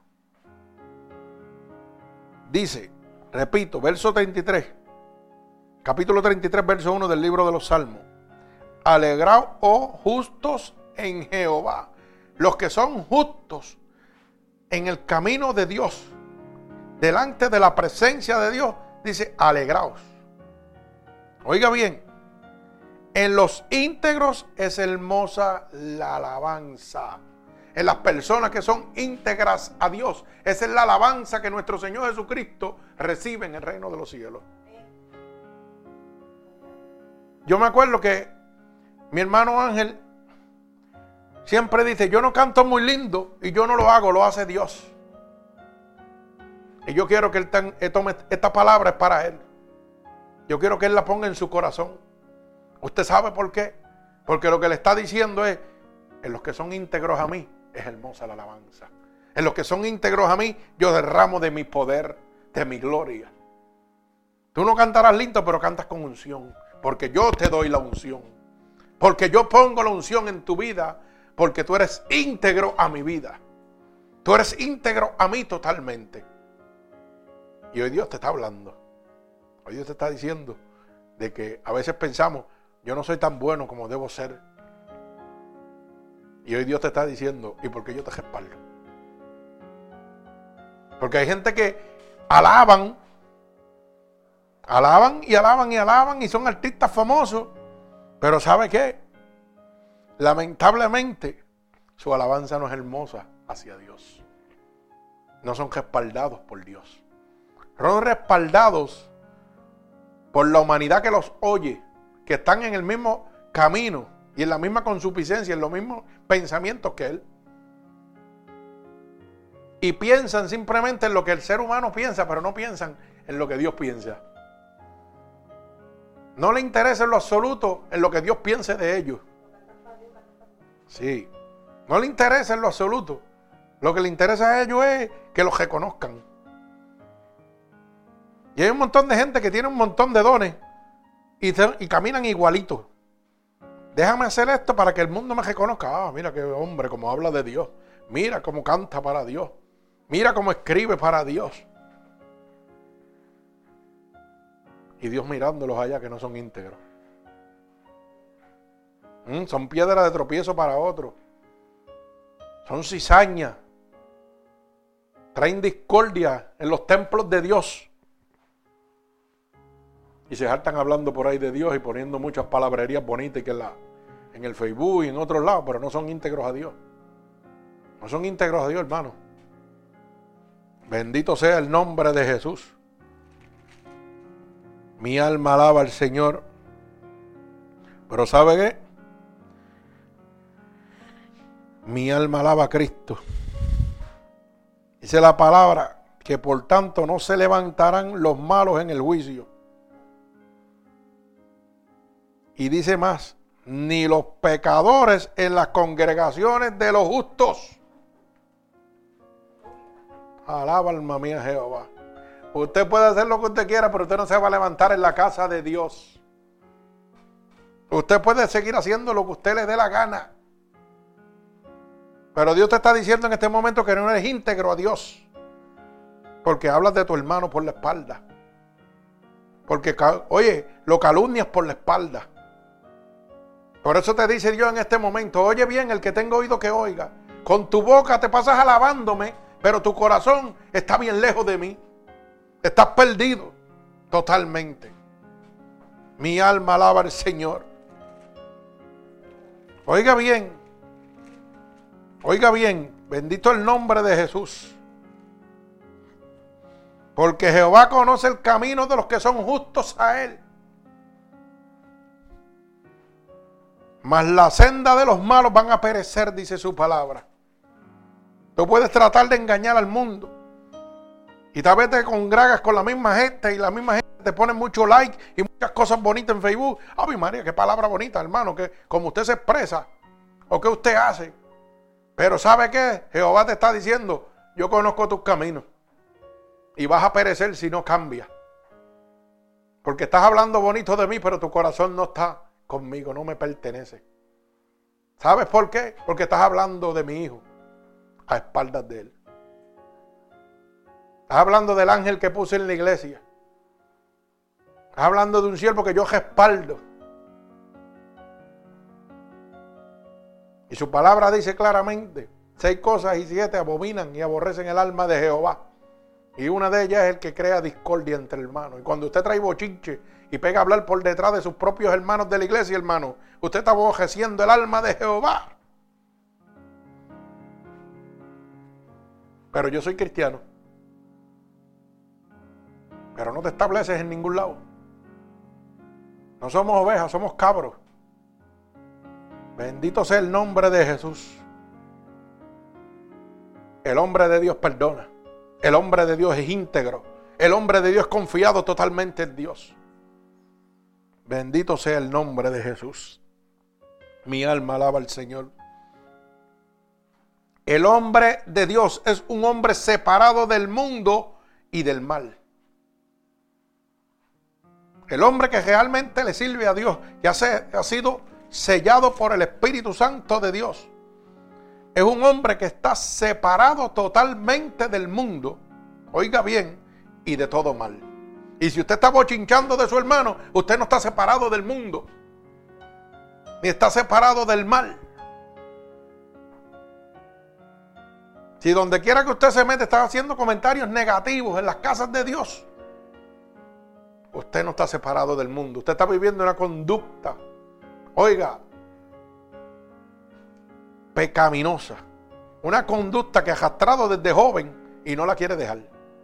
Dice, repito, verso treinta y tres, capítulo treinta y tres, verso uno del libro de los Salmos. Alegraos, oh justos, en Jehová. Los que son justos en el camino de Dios, delante de la presencia de Dios, dice, alegraos. Oiga bien, en los íntegros es hermosa la alabanza. En las personas que son íntegras a Dios, esa es la alabanza que nuestro Señor Jesucristo recibe en el reino de los cielos. Yo me acuerdo que mi hermano Ángel siempre dice, yo no canto muy lindo y yo no lo hago, lo hace Dios. Y yo quiero que él tome esta palabra, es para él. Yo quiero que él la ponga en su corazón. ¿Usted sabe por qué? Porque lo que le está diciendo es, en los que son íntegros a mí, es hermosa la alabanza. En los que son íntegros a mí, yo derramo de mi poder, de mi gloria. Tú no cantarás lindo, pero cantas con unción. Porque yo te doy la unción. Porque yo pongo la unción en tu vida. Porque tú eres íntegro a mi vida. Tú eres íntegro a mí totalmente. Y hoy Dios te está hablando. Hoy Dios te está diciendo de que a veces pensamos, yo no soy tan bueno como debo ser. Y hoy Dios te está diciendo, ¿y por qué yo te respaldo? Porque hay gente que alaban Alaban y alaban y alaban y son artistas famosos. Pero ¿sabe qué? Lamentablemente, su alabanza no es hermosa hacia Dios. No son respaldados por Dios. Son respaldados por la humanidad que los oye, que están en el mismo camino y en la misma consuficiencia, en los mismos pensamientos que él. Y piensan simplemente en lo que el ser humano piensa, pero no piensan en lo que Dios piensa. No le interesa en lo absoluto en lo que Dios piense de ellos. Sí, no le interesa en lo absoluto. Lo que le interesa a ellos es que los reconozcan. Y hay un montón de gente que tiene un montón de dones y, te, y caminan igualitos. Déjame hacer esto para que el mundo me reconozca. Ah, mira qué hombre, cómo habla de Dios. Mira cómo canta para Dios. Mira cómo escribe para Dios. Y Dios mirándolos allá que no son íntegros. Mm, son piedras de tropiezo para otros. Son cizañas. Traen discordia en los templos de Dios. Y se hartan hablando por ahí de Dios y poniendo muchas palabrerías bonitas que en, la, en el Facebook y en otros lados, pero no son íntegros a Dios. No son íntegros a Dios, hermano. Bendito sea el nombre de Jesús. Mi alma alaba al Señor. Pero ¿sabe qué? Mi alma alaba a Cristo. Dice la palabra que por tanto no se levantarán los malos en el juicio. Y dice más, ni los pecadores en las congregaciones de los justos. Alaba alma mía Jehová. Usted puede hacer lo que usted quiera, pero usted no se va a levantar en la casa de Dios. Usted puede seguir haciendo lo que usted le dé la gana. Pero Dios te está diciendo en este momento que no eres íntegro a Dios. Porque hablas de tu hermano por la espalda. Porque, oye, lo calumnias por la espalda. Por eso te dice Dios en este momento, oye bien, el que tenga oído que oiga. Con tu boca te pasas alabándome, pero tu corazón está bien lejos de mí. Estás perdido totalmente. Mi alma alaba al Señor. Oiga bien. Oiga bien. Bendito el nombre de Jesús. Porque Jehová conoce el camino de los que son justos a Él. Mas la senda de los malos van a perecer, dice su palabra. Tú puedes tratar de engañar al mundo. Y tal vez te congregas con la misma gente y la misma gente te pone mucho like y muchas cosas bonitas en Facebook. ¡Ay, María, qué palabra bonita, hermano! Que como usted se expresa o que usted hace. Pero ¿sabe qué? Jehová te está diciendo, yo conozco tus caminos y vas a perecer si no cambias. Porque estás hablando bonito de mí, pero tu corazón no está conmigo, no me pertenece. ¿Sabes por qué? Porque estás hablando de mi hijo a espaldas de él. Estás hablando del ángel que puse en la iglesia. Estás hablando de un siervo que yo respaldo. Y su palabra dice claramente, seis cosas y siete abominan y aborrecen el alma de Jehová. Y una de ellas es el que crea discordia entre hermanos. Y cuando usted trae bochinche y pega a hablar por detrás de sus propios hermanos de la iglesia, hermano, usted está aborreciendo el alma de Jehová. Pero yo soy cristiano. Pero no te estableces en ningún lado. No somos ovejas, somos cabros. Bendito sea el nombre de Jesús. El hombre de Dios perdona. El hombre de Dios es íntegro. El hombre de Dios es confiado totalmente en Dios. Bendito sea el nombre de Jesús. Mi alma alaba al Señor. El hombre de Dios es un hombre separado del mundo y del mal. El hombre que realmente le sirve a Dios, que ha sido sellado por el Espíritu Santo de Dios, es un hombre que está separado totalmente del mundo, oiga bien, y de todo mal. Y si usted está bochinchando de su hermano, usted no está separado del mundo, ni está separado del mal. Si donde quiera que usted se mete está haciendo comentarios negativos en las casas de Dios, usted no está separado del mundo. Usted está viviendo una conducta, oiga, pecaminosa. Una conducta que ha arrastrado desde joven y no la quiere dejar.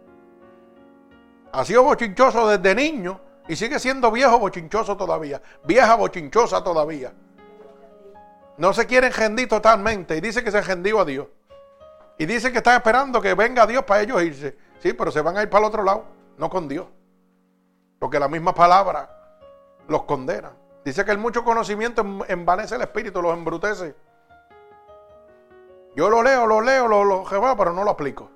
Ha sido bochinchoso desde niño y sigue siendo viejo bochinchoso todavía. Vieja bochinchosa todavía. No se quiere engendir totalmente y dice que se engendió a Dios. Y dice que están esperando que venga Dios para ellos irse. Sí, pero se van a ir para el otro lado, no con Dios. Porque la misma palabra los condena. Dice que el mucho conocimiento envanece el espíritu, los embrutece. Yo lo leo, lo leo, lo, lo pero no lo aplico.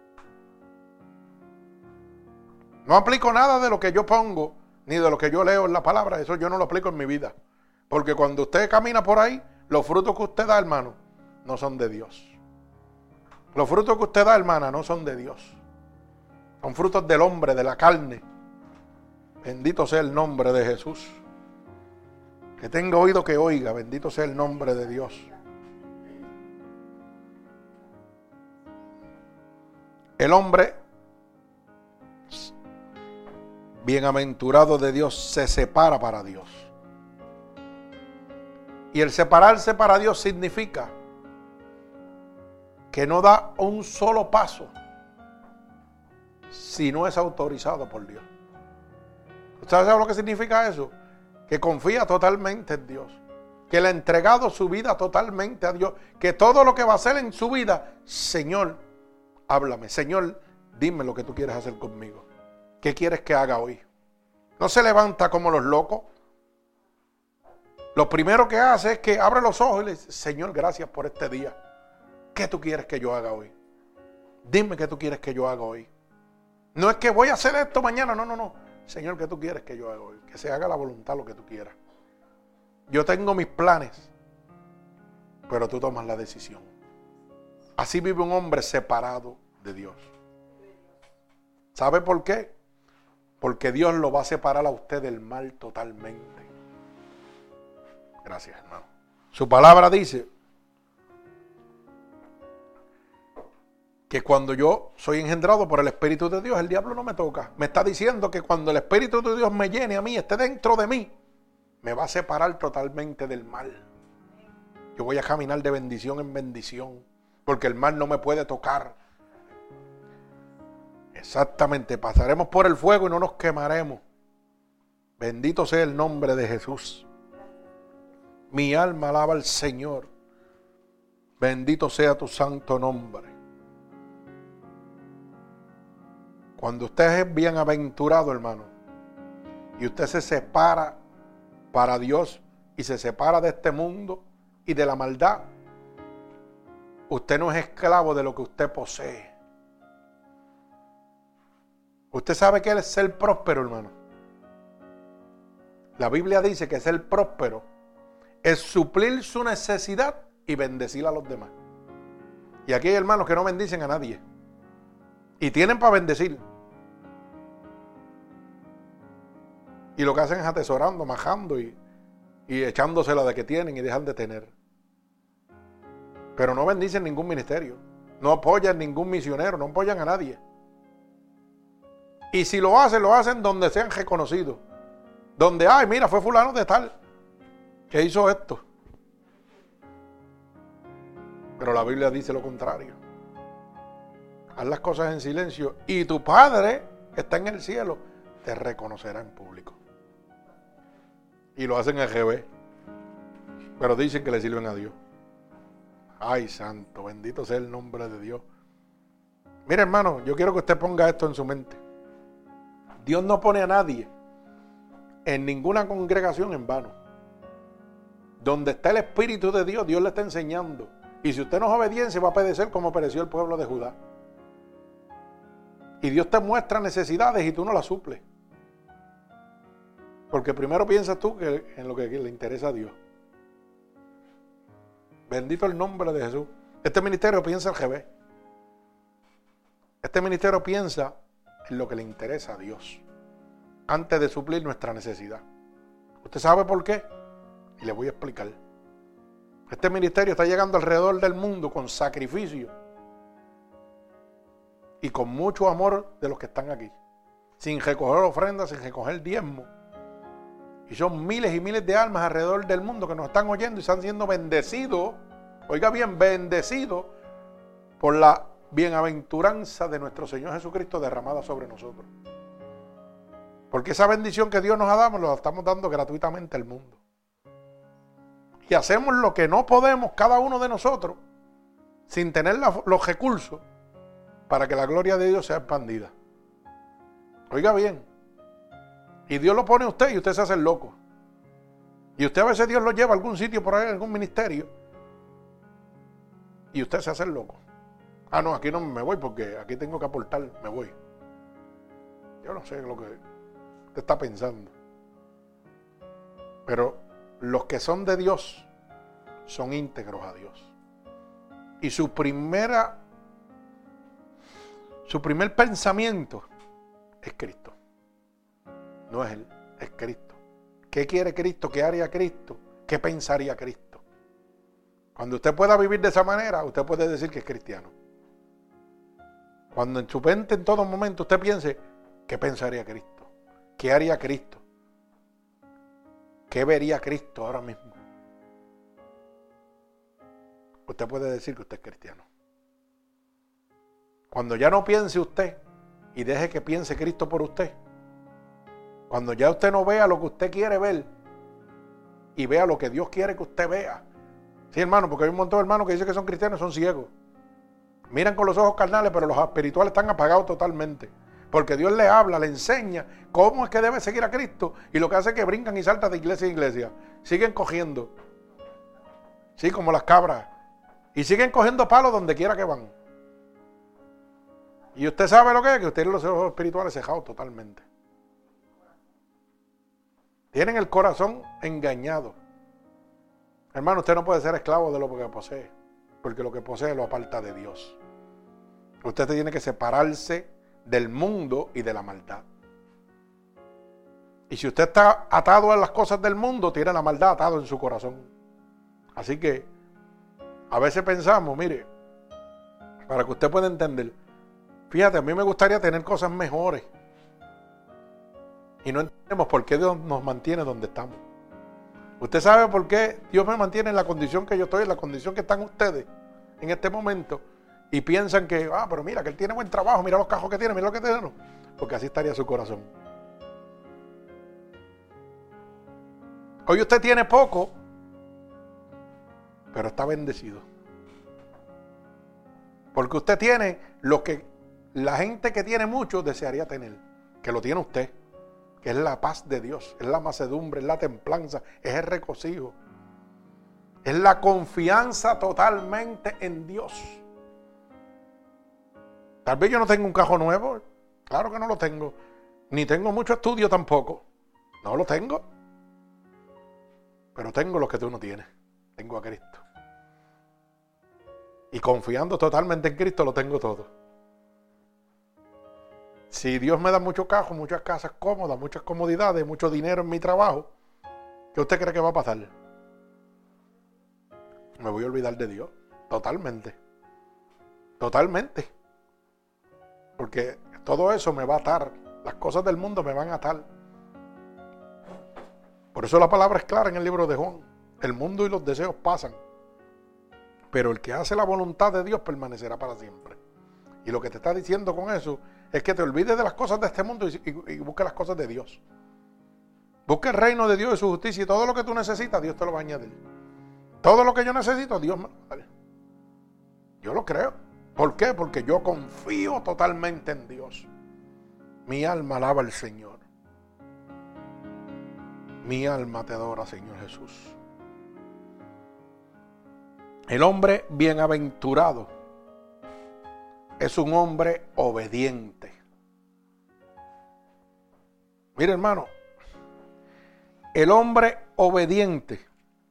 No aplico nada de lo que yo pongo, ni de lo que yo leo en la palabra. Eso yo no lo aplico en mi vida. Porque cuando usted camina por ahí, los frutos que usted da, hermano, no son de Dios. Los frutos que usted da, hermana, no son de Dios. Son frutos del hombre, de la carne. Bendito sea el nombre de Jesús. Que tenga oído que oiga. Bendito sea el nombre de Dios. El hombre bienaventurado de Dios se separa para Dios. Y el separarse para Dios significa que no da un solo paso si no es autorizado por Dios. ¿Usted sabe lo que significa eso? Que confía totalmente en Dios. Que le ha entregado su vida totalmente a Dios. Que todo lo que va a hacer en su vida, Señor, háblame. Señor, dime lo que tú quieres hacer conmigo. ¿Qué quieres que haga hoy? No se levanta como los locos. Lo primero que hace es que abre los ojos y le dice, Señor, gracias por este día. ¿Qué tú quieres que yo haga hoy? Dime qué tú quieres que yo haga hoy. No es que voy a hacer esto mañana, no, no, no. Señor, ¿qué tú quieres que yo haga hoy? Que se haga la voluntad lo que tú quieras. Yo tengo mis planes, pero tú tomas la decisión. Así vive un hombre separado de Dios. ¿Sabe por qué? Porque Dios lo va a separar a usted del mal totalmente. Gracias, hermano. Su palabra dice que cuando yo soy engendrado por el Espíritu de Dios, el diablo no me toca. Me está diciendo que cuando el Espíritu de Dios me llene a mí, esté dentro de mí, me va a separar totalmente del mal. Yo voy a caminar de bendición en bendición, porque el mal no me puede tocar. Exactamente, pasaremos por el fuego y no nos quemaremos. Bendito sea el nombre de Jesús. Mi alma alaba al Señor. Bendito sea tu santo nombre. Cuando usted es bienaventurado, hermano, y usted se separa para Dios y se separa de este mundo y de la maldad, usted no es esclavo de lo que usted posee. Usted sabe que es ser próspero, hermano. La Biblia dice que ser próspero es suplir su necesidad y bendecir a los demás. Y aquí hay hermanos que no bendicen a nadie. Y tienen para bendecir. Y lo que hacen es atesorando, majando y, y echándose la de que tienen y dejan de tener. Pero no bendicen ningún ministerio. No apoyan ningún misionero, no apoyan a nadie. Y si lo hacen, lo hacen donde sean reconocidos. Donde, ay, mira, fue fulano de tal que hizo esto. Pero la Biblia dice lo contrario. Haz las cosas en silencio y tu Padre que está en el cielo te reconocerá en público. Y lo hacen al revés. Pero dicen que le sirven a Dios. Ay, santo, bendito sea el nombre de Dios. Mire, hermano, yo quiero que usted ponga esto en su mente. Dios no pone a nadie en ninguna congregación en vano. Donde está el Espíritu de Dios, Dios le está enseñando. Y si usted no es obediente, va a perecer como pereció el pueblo de Judá. Y Dios te muestra necesidades y tú no las suples. Porque primero piensas tú que en lo que le interesa a Dios. Bendito el nombre de Jesús. Este ministerio piensa al revés. Este ministerio piensa en lo que le interesa a Dios antes de suplir nuestra necesidad. ¿Usted sabe por qué? Y le voy a explicar. Este ministerio está llegando alrededor del mundo con sacrificio y con mucho amor de los que están aquí. sin recoger ofrendas, sin recoger diezmo. Y son miles y miles de almas alrededor del mundo que nos están oyendo y están siendo bendecidos, oiga bien, bendecidos por la bienaventuranza de nuestro Señor Jesucristo derramada sobre nosotros. Porque esa bendición que Dios nos ha dado, la estamos dando gratuitamente al mundo. Y hacemos lo que no podemos cada uno de nosotros, sin tener la, los recursos, para que la gloria de Dios sea expandida. Oiga bien. Y Dios lo pone a usted y usted se hace el loco. Y usted a veces Dios lo lleva a algún sitio por ahí, a algún ministerio. Y usted se hace el loco. Ah, no, aquí no me voy porque aquí tengo que aportar, me voy. Yo no sé lo que usted está pensando. Pero los que son de Dios son íntegros a Dios. Y su primera, su primer pensamiento es Cristo. No es Él, es Cristo. ¿Qué quiere Cristo? ¿Qué haría Cristo? ¿Qué pensaría Cristo? Cuando usted pueda vivir de esa manera, usted puede decir que es cristiano. Cuando en su mente en todo momento usted piense, ¿qué pensaría Cristo? ¿Qué haría Cristo? ¿Qué vería Cristo ahora mismo? Usted puede decir que usted es cristiano. Cuando ya no piense usted y deje que piense Cristo por usted, cuando ya usted no vea lo que usted quiere ver y vea lo que Dios quiere que usted vea. Sí, hermano, porque hay un montón de hermanos que dicen que son cristianos y son ciegos. Miran con los ojos carnales, pero los espirituales están apagados totalmente. Porque Dios le habla, le enseña cómo es que debe seguir a Cristo. Y lo que hace es que brincan y saltan de iglesia a iglesia. Siguen cogiendo. Sí, como las cabras. Y siguen cogiendo palos donde quiera que van. Y usted sabe lo que es, que usted tiene los ojos espirituales cejados totalmente. Tienen el corazón engañado. Hermano, usted no puede ser esclavo de lo que posee, porque lo que posee lo aparta de Dios. Usted tiene que separarse del mundo y de la maldad. Y si usted está atado a las cosas del mundo, tiene la maldad atado en su corazón. Así que a veces pensamos, mire, para que usted pueda entender, fíjate, a mí me gustaría tener cosas mejores. Y no entendemos por qué Dios nos mantiene donde estamos. Usted sabe por qué Dios me mantiene en la condición que yo estoy, en la condición que están ustedes en este momento. Y piensan que, ah, pero mira, que él tiene buen trabajo, mira los cajos que tiene, mira lo que tiene. No, porque así estaría su corazón. Hoy usted tiene poco, pero está bendecido. Porque usted tiene lo que la gente que tiene mucho desearía tener, que lo tiene usted. Que es la paz de Dios, es la mansedumbre, es la templanza, es el regocijo, es la confianza totalmente en Dios. Tal vez yo no tengo un carro nuevo, claro que no lo tengo, ni tengo mucho estudio tampoco, no lo tengo, pero tengo lo que tú no tienes, tengo a Cristo. Y confiando totalmente en Cristo lo tengo todo. Si Dios me da muchos carros, muchas casas cómodas, muchas comodidades, mucho dinero en mi trabajo, ¿qué usted cree que va a pasar? Me voy a olvidar de Dios, totalmente. Totalmente. Porque todo eso me va a atar. Las cosas del mundo me van a atar. Por eso la palabra es clara en el libro de Juan. El mundo y los deseos pasan, pero el que hace la voluntad de Dios permanecerá para siempre. Y lo que te está diciendo con eso es que te olvides de las cosas de este mundo y, y, y busque las cosas de Dios. Busque el reino de Dios y su justicia, y todo lo que tú necesitas, Dios te lo va a añadir. Todo lo que yo necesito, Dios me lo va a dar. Yo lo creo. ¿Por qué? Porque yo confío totalmente en Dios. Mi alma alaba al Señor. Mi alma te adora, Señor Jesús. El hombre bienaventurado es un hombre obediente. Mire, hermano, el hombre obediente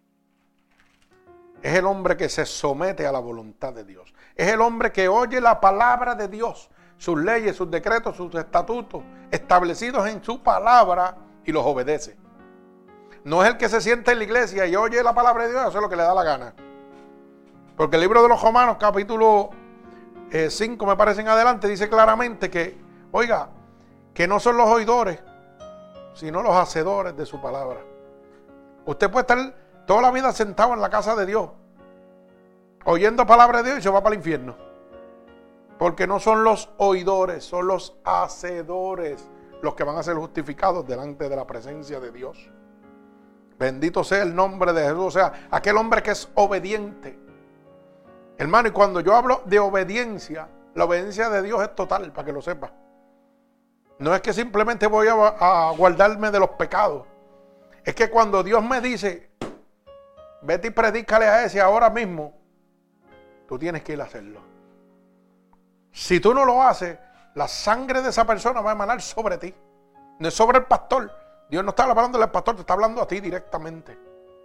es el hombre que se somete a la voluntad de Dios. Es el hombre que oye la palabra de Dios, sus leyes, sus decretos, sus estatutos establecidos en su palabra y los obedece. No es el que se sienta en la iglesia y oye la palabra de Dios y hace lo que le da la gana. Porque el libro de los Romanos, capítulo cinco, me parece en adelante, dice claramente que, oiga, que no son los oidores, sino los hacedores de su palabra. Usted puede estar toda la vida sentado en la casa de Dios, oyendo palabra de Dios, y se va para el infierno. Porque no son los oidores, son los hacedores los que van a ser justificados delante de la presencia de Dios. Bendito sea el nombre de Jesús. O sea, aquel hombre que es obediente. Hermano, y cuando yo hablo de obediencia, la obediencia de Dios es total, para que lo sepa. No es que simplemente voy a, a guardarme de los pecados. Es que cuando Dios me dice, vete y predícale a ese ahora mismo, tú tienes que ir a hacerlo. Si tú no lo haces, la sangre de esa persona va a emanar sobre ti. No es sobre el pastor. Dios no está hablando al pastor, te está hablando a ti directamente.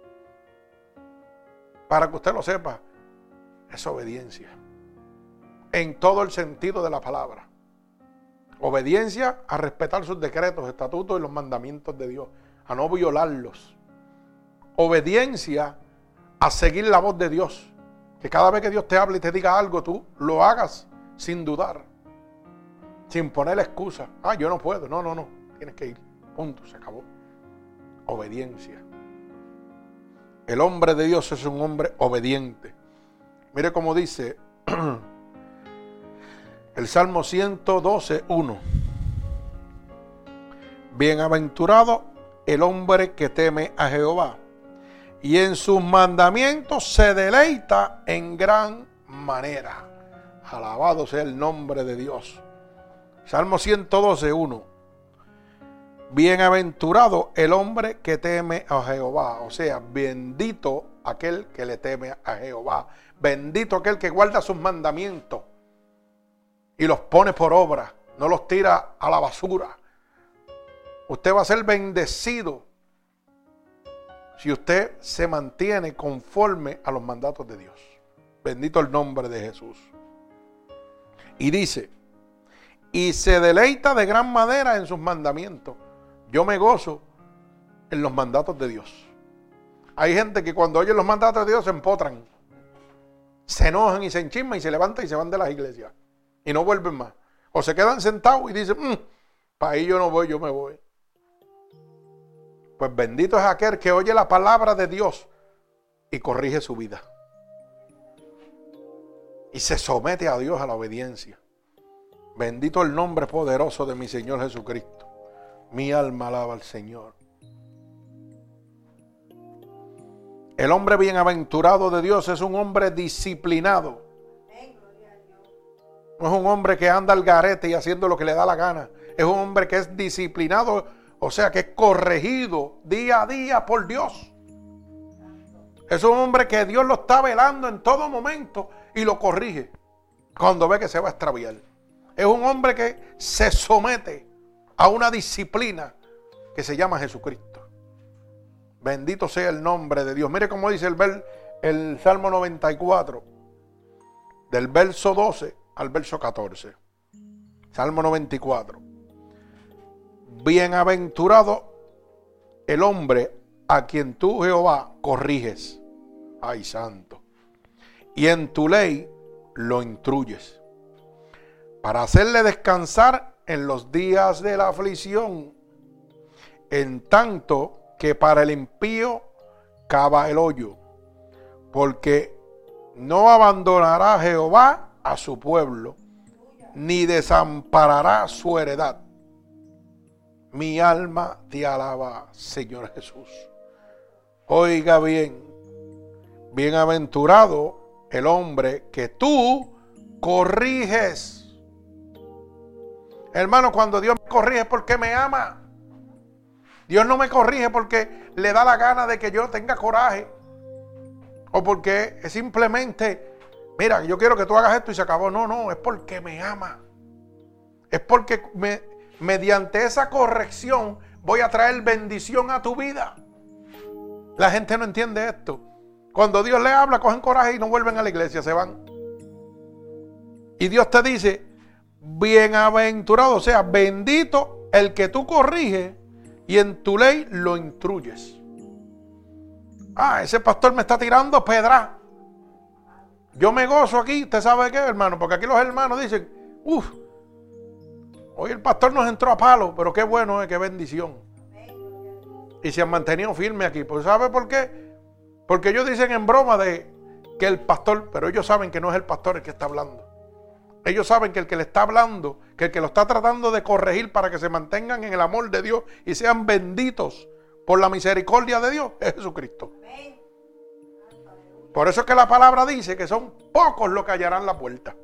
Para que usted lo sepa, es obediencia. En todo el sentido de la palabra. Obediencia a respetar sus decretos, estatutos y los mandamientos de Dios. A no violarlos. Obediencia a seguir la voz de Dios. Que cada vez que Dios te hable y te diga algo, tú lo hagas sin dudar. Sin poner excusa. Ah, yo no puedo. No, no, no. Tienes que ir. Punto. Se acabó. Obediencia. El hombre de Dios es un hombre obediente. Mire cómo dice el Salmo ciento doce, uno. Bienaventurado el hombre que teme a Jehová y en sus mandamientos se deleita en gran manera. Alabado sea el nombre de Dios. Salmo ciento doce, uno. Bienaventurado el hombre que teme a Jehová. O sea, bendito aquel que le teme a Jehová. Bendito aquel que guarda sus mandamientos y los pone por obra. No los tira a la basura. Usted va a ser bendecido si usted se mantiene conforme a los mandatos de Dios. Bendito el nombre de Jesús. Y dice, y se deleita de gran manera en sus mandamientos. Yo me gozo en los mandatos de Dios. Hay gente que cuando oyen los mandatos de Dios se empotran, se enojan y se enchisman y se levantan y se van de las iglesias y no vuelven más. O se quedan sentados y dicen, mmm, para ahí yo no voy, yo me voy. Pues bendito es aquel que oye la palabra de Dios y corrige su vida. Y se somete a Dios a la obediencia. Bendito el nombre poderoso de mi Señor Jesucristo. Mi alma alaba al Señor. El hombre bienaventurado de Dios es un hombre disciplinado. No es un hombre que anda al garete y haciendo lo que le da la gana. Es un hombre que es disciplinado, o sea que es corregido día a día por Dios. Es un hombre que Dios lo está velando en todo momento y lo corrige cuando ve que se va a extraviar. Es un hombre que se somete a una disciplina que se llama Jesucristo. Bendito sea el nombre de Dios. Mire cómo dice el, ver, el Salmo noventa y cuatro, del verso doce al verso catorce. Salmo noventa y cuatro. Bienaventurado el hombre a quien tú, Jehová, corriges. Ay, santo. Y en tu ley lo instruyes, para hacerle descansar en los días de la aflicción, en tanto que para el impío cava el hoyo, porque no abandonará Jehová a su pueblo, ni desamparará su heredad. Mi alma te alaba, Señor Jesús. Oiga bien, bienaventurado el hombre que tú corriges. Hermano, cuando Dios me corrige es porque me ama. Dios no me corrige porque le da la gana de que yo tenga coraje. O porque es simplemente, mira, yo quiero que tú hagas esto y se acabó. No, no, es porque me ama. Es porque me, mediante esa corrección voy a traer bendición a tu vida. La gente no entiende esto. Cuando Dios le habla, cogen coraje y no vuelven a la iglesia, se van. Y Dios te dice, bienaventurado, o sea, bendito el que tú corriges y en tu ley lo instruyes. Ah, ese pastor me está tirando pedra. Yo me gozo aquí, ¿usted sabe qué, hermano? Porque aquí los hermanos dicen, uff, Hoy el pastor nos entró a palo, pero qué bueno, eh, qué bendición. Y se han mantenido firmes aquí. Pues ¿sabe por qué? Porque ellos dicen en broma de que el pastor, pero ellos saben que no es el pastor el que está hablando. Ellos saben que el que le está hablando, que el que lo está tratando de corregir para que se mantengan en el amor de Dios y sean benditos por la misericordia de Dios, es Jesucristo. Por eso es que la palabra dice que son pocos los que hallarán la puerta.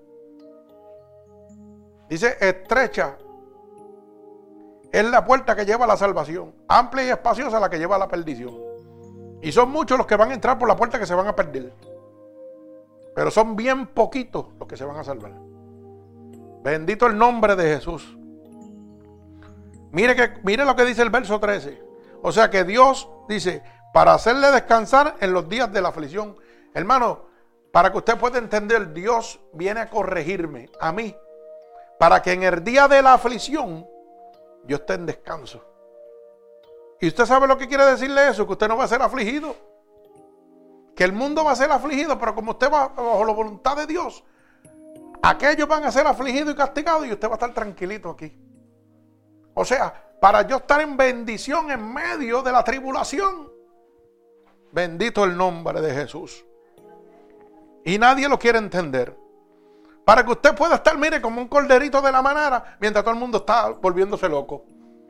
Dice, estrecha es la puerta que lleva a la salvación, amplia y espaciosa la que lleva a la perdición. Y son muchos los que van a entrar por la puerta que se van a perder. Pero son bien poquitos los que se van a salvar. Bendito el nombre de Jesús. Mire, que, mire lo que dice el verso trece. O sea que Dios dice, para hacerle descansar en los días de la aflicción. Hermano, para que usted pueda entender, Dios viene a corregirme a mí, para que en el día de la aflicción yo esté en descanso. ¿Y usted sabe lo que quiere decirle eso? Que usted no va a ser afligido. Que el mundo va a ser afligido, pero como usted va bajo la voluntad de Dios, aquellos van a ser afligidos y castigados y usted va a estar tranquilito aquí. O sea, para yo estar en bendición en medio de la tribulación. Bendito el nombre de Jesús. Y nadie lo quiere entender. Para que usted pueda estar, mire, como un corderito de la manada, mientras todo el mundo está volviéndose loco.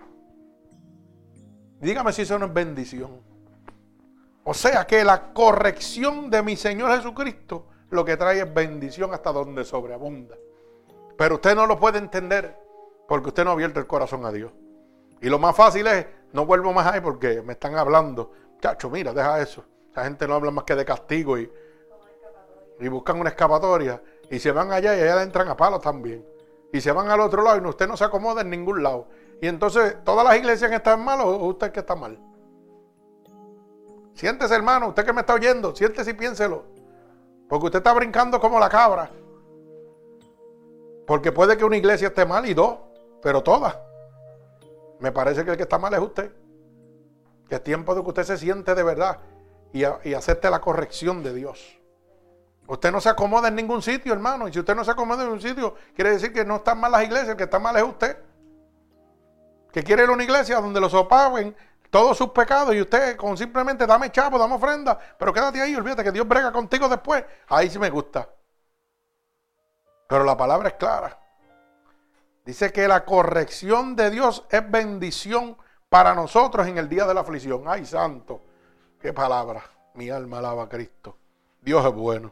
Dígame si eso no es bendición. O sea que la corrección de mi Señor Jesucristo lo que trae es bendición hasta donde sobreabunda. Pero usted no lo puede entender porque usted no ha abierto el corazón a Dios. Y lo más fácil es, no vuelvo más ahí porque me están hablando. Chacho, mira, deja eso. Esa gente no habla más que de castigo y, y buscan una escapatoria. Y se van allá y allá entran a palos también. Y se van al otro lado y usted no se acomoda en ningún lado. Y entonces, ¿todas las iglesias están mal o usted que está mal? Siéntese, hermano, usted que me está oyendo, siéntese y piénselo. Porque usted está brincando como la cabra. Porque puede que una iglesia esté mal y dos, pero todas. Me parece que el que está mal es usted. Que es tiempo de que usted se siente de verdad y, a, y acepte la corrección de Dios. Usted no se acomoda en ningún sitio, hermano. Y si usted no se acomoda en un sitio, quiere decir que no están mal las iglesias. El que está mal es usted. Que quiere ir a una iglesia donde lo sopaven todos sus pecados y usted con simplemente dame chavo, dame ofrenda, pero quédate ahí, olvídate que Dios brega contigo después. Ahí sí me gusta. Pero la palabra es clara. Dice que la corrección de Dios es bendición para nosotros en el día de la aflicción. Ay, santo, qué palabra. Mi alma alaba a Cristo. Dios es bueno.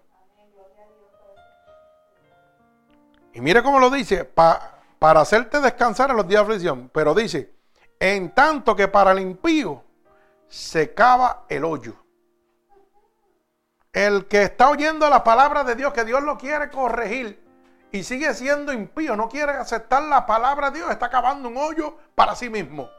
Y mire cómo lo dice, pa, para hacerte descansar en los días de aflicción. Pero dice, en tanto que para el impío se cava el hoyo. El que está oyendo la palabra de Dios, que Dios lo quiere corregir y sigue siendo impío, no quiere aceptar la palabra de Dios, está cavando un hoyo para sí mismo.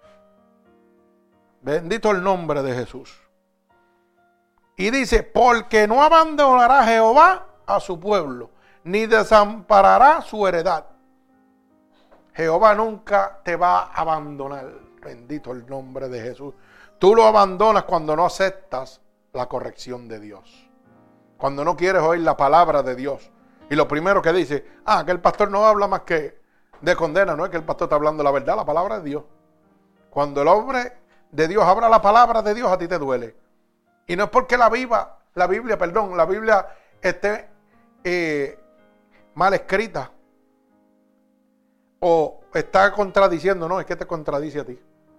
Bendito el nombre de Jesús. Y dice, porque no abandonará Jehová a su pueblo, ni desamparará su heredad. Jehová nunca te va a abandonar. Bendito el nombre de Jesús. Tú lo abandonas cuando no aceptas la corrección de Dios. Cuando no quieres oír la palabra de Dios. Y lo primero que dice, ah, que el pastor no habla más que de condena. No es que el pastor está hablando la verdad, la palabra de Dios. Cuando el hombre de Dios habla la palabra de Dios, a ti te duele. Y no es porque la, viva, la Biblia, perdón, la Biblia esté eh, mal escrita. O está contradiciendo, no, es que te contradice a ti.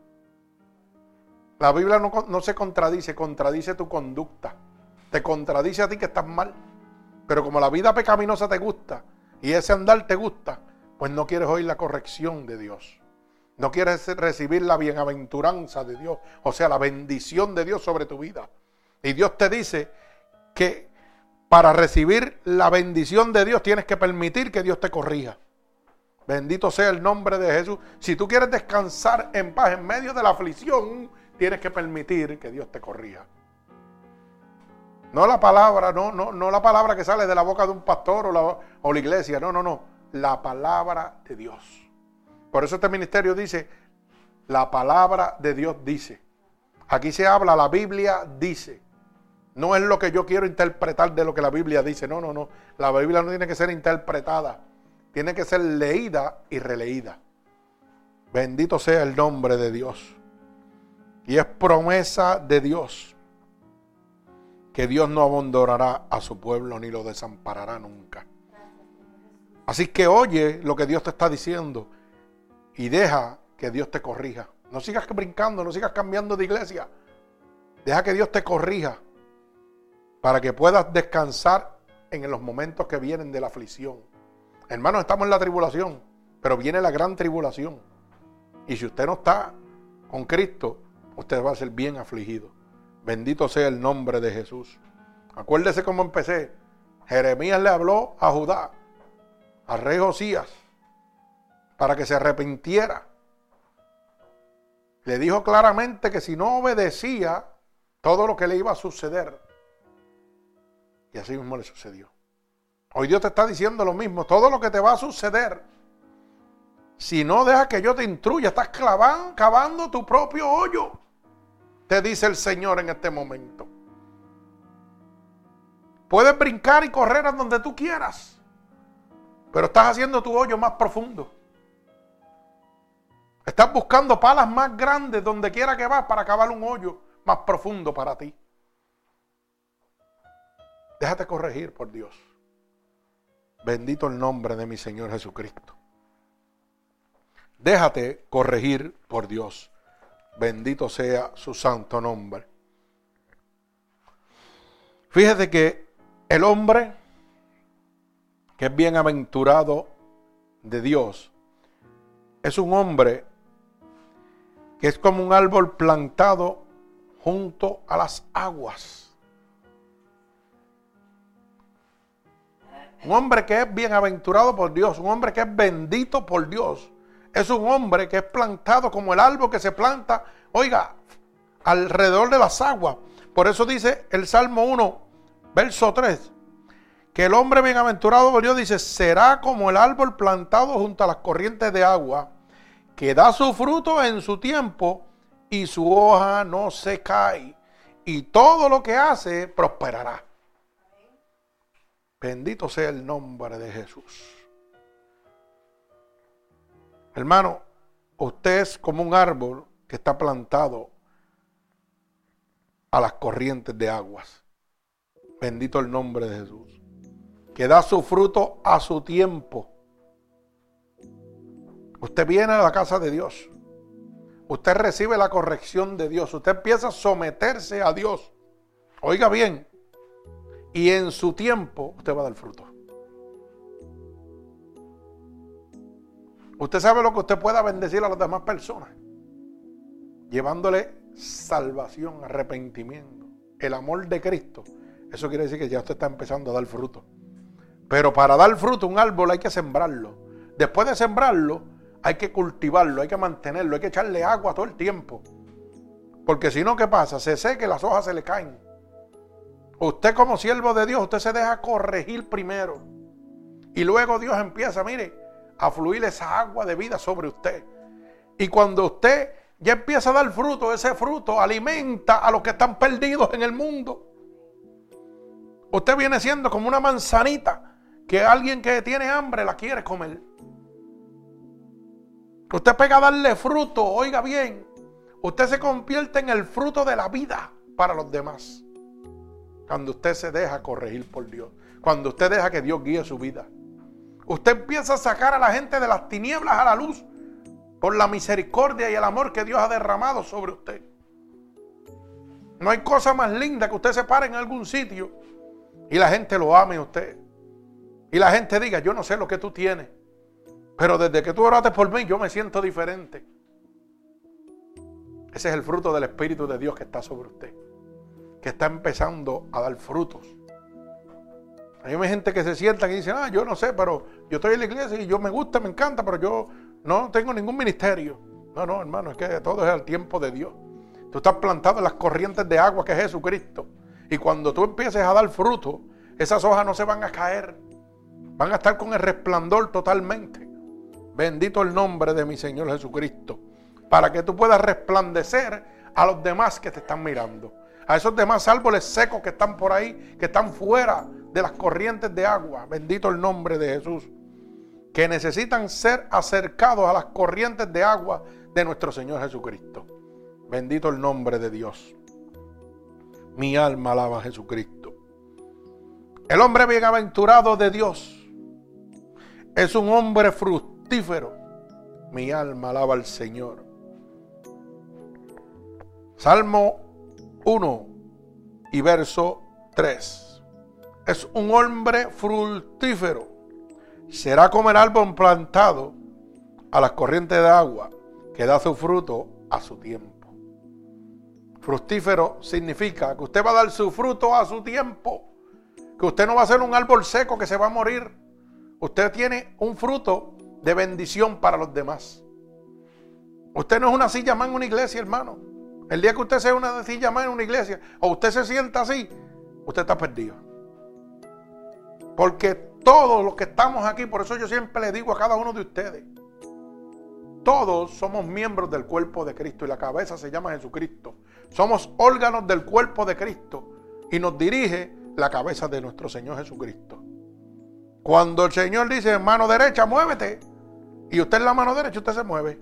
La Biblia no, no se contradice, contradice tu conducta. Te contradice a ti que estás mal. Pero como la vida pecaminosa te gusta y ese andar te gusta, pues no quieres oír la corrección de Dios. No quieres recibir la bienaventuranza de Dios, o sea, la bendición de Dios sobre tu vida. Y Dios te dice que para recibir la bendición de Dios tienes que permitir que Dios te corrija. Bendito sea el nombre de Jesús. Si tú quieres descansar en paz en medio de la aflicción, tienes que permitir que Dios te corrija. No la palabra, no, no, no la palabra que sale de la boca de un pastor o la, o la iglesia. No, no, no. La palabra de Dios. Por eso este ministerio dice, la palabra de Dios dice. Aquí se habla, la Biblia dice. No es lo que yo quiero interpretar de lo que la Biblia dice. No, no, no. La Biblia no tiene que ser interpretada. Tiene que ser leída y releída. Bendito sea el nombre de Dios. Y es promesa de Dios que Dios no abandonará a su pueblo ni lo desamparará nunca. Así que oye lo que Dios te está diciendo y deja que Dios te corrija. No sigas brincando, no sigas cambiando de iglesia. Deja que Dios te corrija para que puedas descansar en los momentos que vienen de la aflicción. Hermanos, estamos en la tribulación, pero viene la gran tribulación. Y si usted no está con Cristo, usted va a ser bien afligido. Bendito sea el nombre de Jesús. Acuérdese cómo empecé. Jeremías le habló a Judá, al rey Josías, para que se arrepintiera. Le dijo claramente que si no obedecía, todo lo que le iba a suceder. Y así mismo le sucedió. Hoy Dios te está diciendo lo mismo. Todo lo que te va a suceder, si no dejas que yo te instruya, estás clavando, cavando tu propio hoyo, te dice el Señor en este momento. Puedes brincar y correr a donde tú quieras, pero estás haciendo tu hoyo más profundo. Estás buscando palas más grandes donde quiera que vas para cavar un hoyo más profundo para ti. Déjate corregir por Dios. Bendito el nombre de mi Señor Jesucristo. Déjate corregir por Dios. Bendito sea su santo nombre. Fíjate que el hombre que es bienaventurado de Dios es un hombre que es como un árbol plantado junto a las aguas. Un hombre que es bienaventurado por Dios, un hombre que es bendito por Dios, es un hombre que es plantado como el árbol que se planta, oiga, alrededor de las aguas. Por eso dice el Salmo uno, verso tres, que el hombre bienaventurado por Dios dice, será como el árbol plantado junto a las corrientes de agua, que da su fruto en su tiempo y su hoja no se cae, y todo lo que hace prosperará. Bendito sea el nombre de Jesús. Hermano, usted es como un árbol que está plantado a las corrientes de aguas. Bendito el nombre de Jesús. Que da su fruto a su tiempo. Usted viene a la casa de Dios. Usted recibe la corrección de Dios. Usted empieza a someterse a Dios. Oiga bien. Y en su tiempo usted va a dar fruto. Usted sabe lo que usted pueda bendecir a las demás personas. Llevándole salvación, arrepentimiento, el amor de Cristo. Eso quiere decir que ya usted está empezando a dar fruto. Pero para dar fruto un árbol hay que sembrarlo. Después de sembrarlo hay que cultivarlo, hay que mantenerlo, hay que echarle agua todo el tiempo. Porque si no, ¿qué pasa? Se seca y las hojas se le caen. Usted como siervo de Dios, usted se deja corregir primero. Y luego Dios empieza, mire, a fluir esa agua de vida sobre usted. Y cuando usted ya empieza a dar fruto, ese fruto alimenta a los que están perdidos en el mundo. Usted viene siendo como una manzanita que alguien que tiene hambre la quiere comer. Usted pega a darle fruto, oiga bien, usted se convierte en el fruto de la vida para los demás. Cuando usted se deja corregir por Dios, cuando usted deja que Dios guíe su vida, usted empieza a sacar a la gente de las tinieblas a la luz por la misericordia y el amor que Dios ha derramado sobre usted. No hay cosa más linda que usted se pare en algún sitio y la gente lo ame a usted. Y la gente diga, yo no sé lo que tú tienes, pero desde que tú oraste por mí yo me siento diferente. Ese es el fruto del Espíritu de Dios que está sobre usted, que está empezando a dar frutos. Hay gente que se sienta y dice, ah, yo no sé, pero yo estoy en la iglesia y yo me gusta, me encanta, pero yo no tengo ningún ministerio. No, no, hermano, es que todo es al tiempo de Dios. Tú estás plantado en las corrientes de agua que es Jesucristo. Y cuando tú empieces a dar fruto, esas hojas no se van a caer. Van a estar con el resplandor totalmente. Bendito el nombre de mi Señor Jesucristo. Para que tú puedas resplandecer a los demás que te están mirando. A esos demás árboles secos que están por ahí, que están fuera de las corrientes de agua. Bendito el nombre de Jesús. que necesitan ser acercados a las corrientes de agua de nuestro Señor Jesucristo. Bendito el nombre de Dios. Mi alma alaba a Jesucristo. El hombre bienaventurado de Dios es un hombre fructífero. Mi alma alaba al Señor. Salmo uno y verso tres. Es un hombre fructífero. Será como el árbol plantado a las corrientes de agua, que da su fruto a su tiempo. Fructífero significa que usted va a dar su fruto a su tiempo. Que usted no va a ser un árbol seco que se va a morir. Usted tiene un fruto de bendición para los demás. Usted no es una silla más en una iglesia, hermano. El día que usted sea una silla más en una iglesia, o usted se sienta así, usted está perdido. Porque todos los que estamos aquí, por eso yo siempre le digo a cada uno de ustedes, todos somos miembros del cuerpo de Cristo y la cabeza se llama Jesucristo. Somos órganos del cuerpo de Cristo y nos dirige la cabeza de nuestro Señor Jesucristo. Cuando el Señor dice mano derecha, muévete, y usted es la mano derecha, usted se mueve.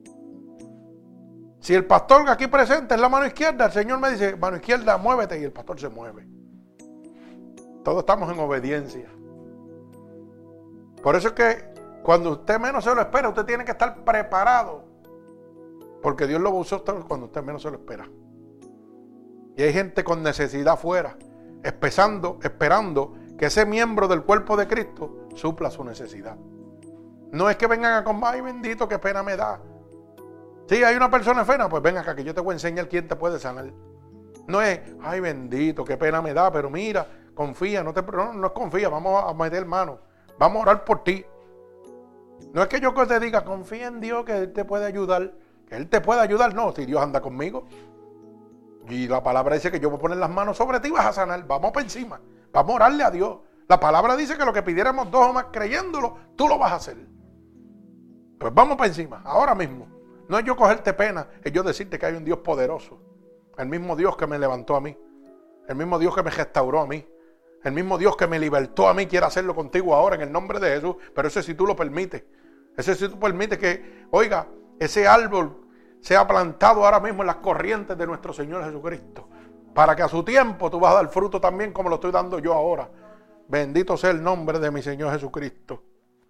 Si el pastor aquí presente es la mano izquierda, el Señor me dice mano izquierda, muévete, y el pastor se mueve. Todos estamos en obediencia. Por eso es que cuando usted menos se lo espera, usted tiene que estar preparado. Porque Dios lo usó cuando usted menos se lo espera. Y hay gente con necesidad afuera, esperando, esperando que ese miembro del cuerpo de Cristo supla su necesidad. No es que vengan a comer, ay bendito, qué pena me da. Si hay una persona enferma, pues ven acá que yo te voy a enseñar quién te puede sanar. No es, ay bendito, qué pena me da, pero mira, confía, no te no, no es confía, vamos a meter mano, vamos a orar por ti. No es que yo te diga, confía en Dios que Él te puede ayudar, que Él te puede ayudar, no, si Dios anda conmigo. Y la palabra dice que yo voy a poner las manos sobre ti y vas a sanar, vamos para encima, vamos a orarle a Dios. La palabra dice que lo que pidiéramos dos o más creyéndolo, tú lo vas a hacer. Pues vamos para encima, ahora mismo. No es yo cogerte pena, es yo decirte que hay un Dios poderoso. El mismo Dios que me levantó a mí. El mismo Dios que me restauró a mí. El mismo Dios que me libertó a mí quiere hacerlo contigo ahora en el nombre de Jesús. Pero eso si tú lo permites. Eso si tú permites que, oiga, ese árbol sea plantado ahora mismo en las corrientes de nuestro Señor Jesucristo. Para que a su tiempo tú vas a dar fruto también como lo estoy dando yo ahora. Bendito sea el nombre de mi Señor Jesucristo.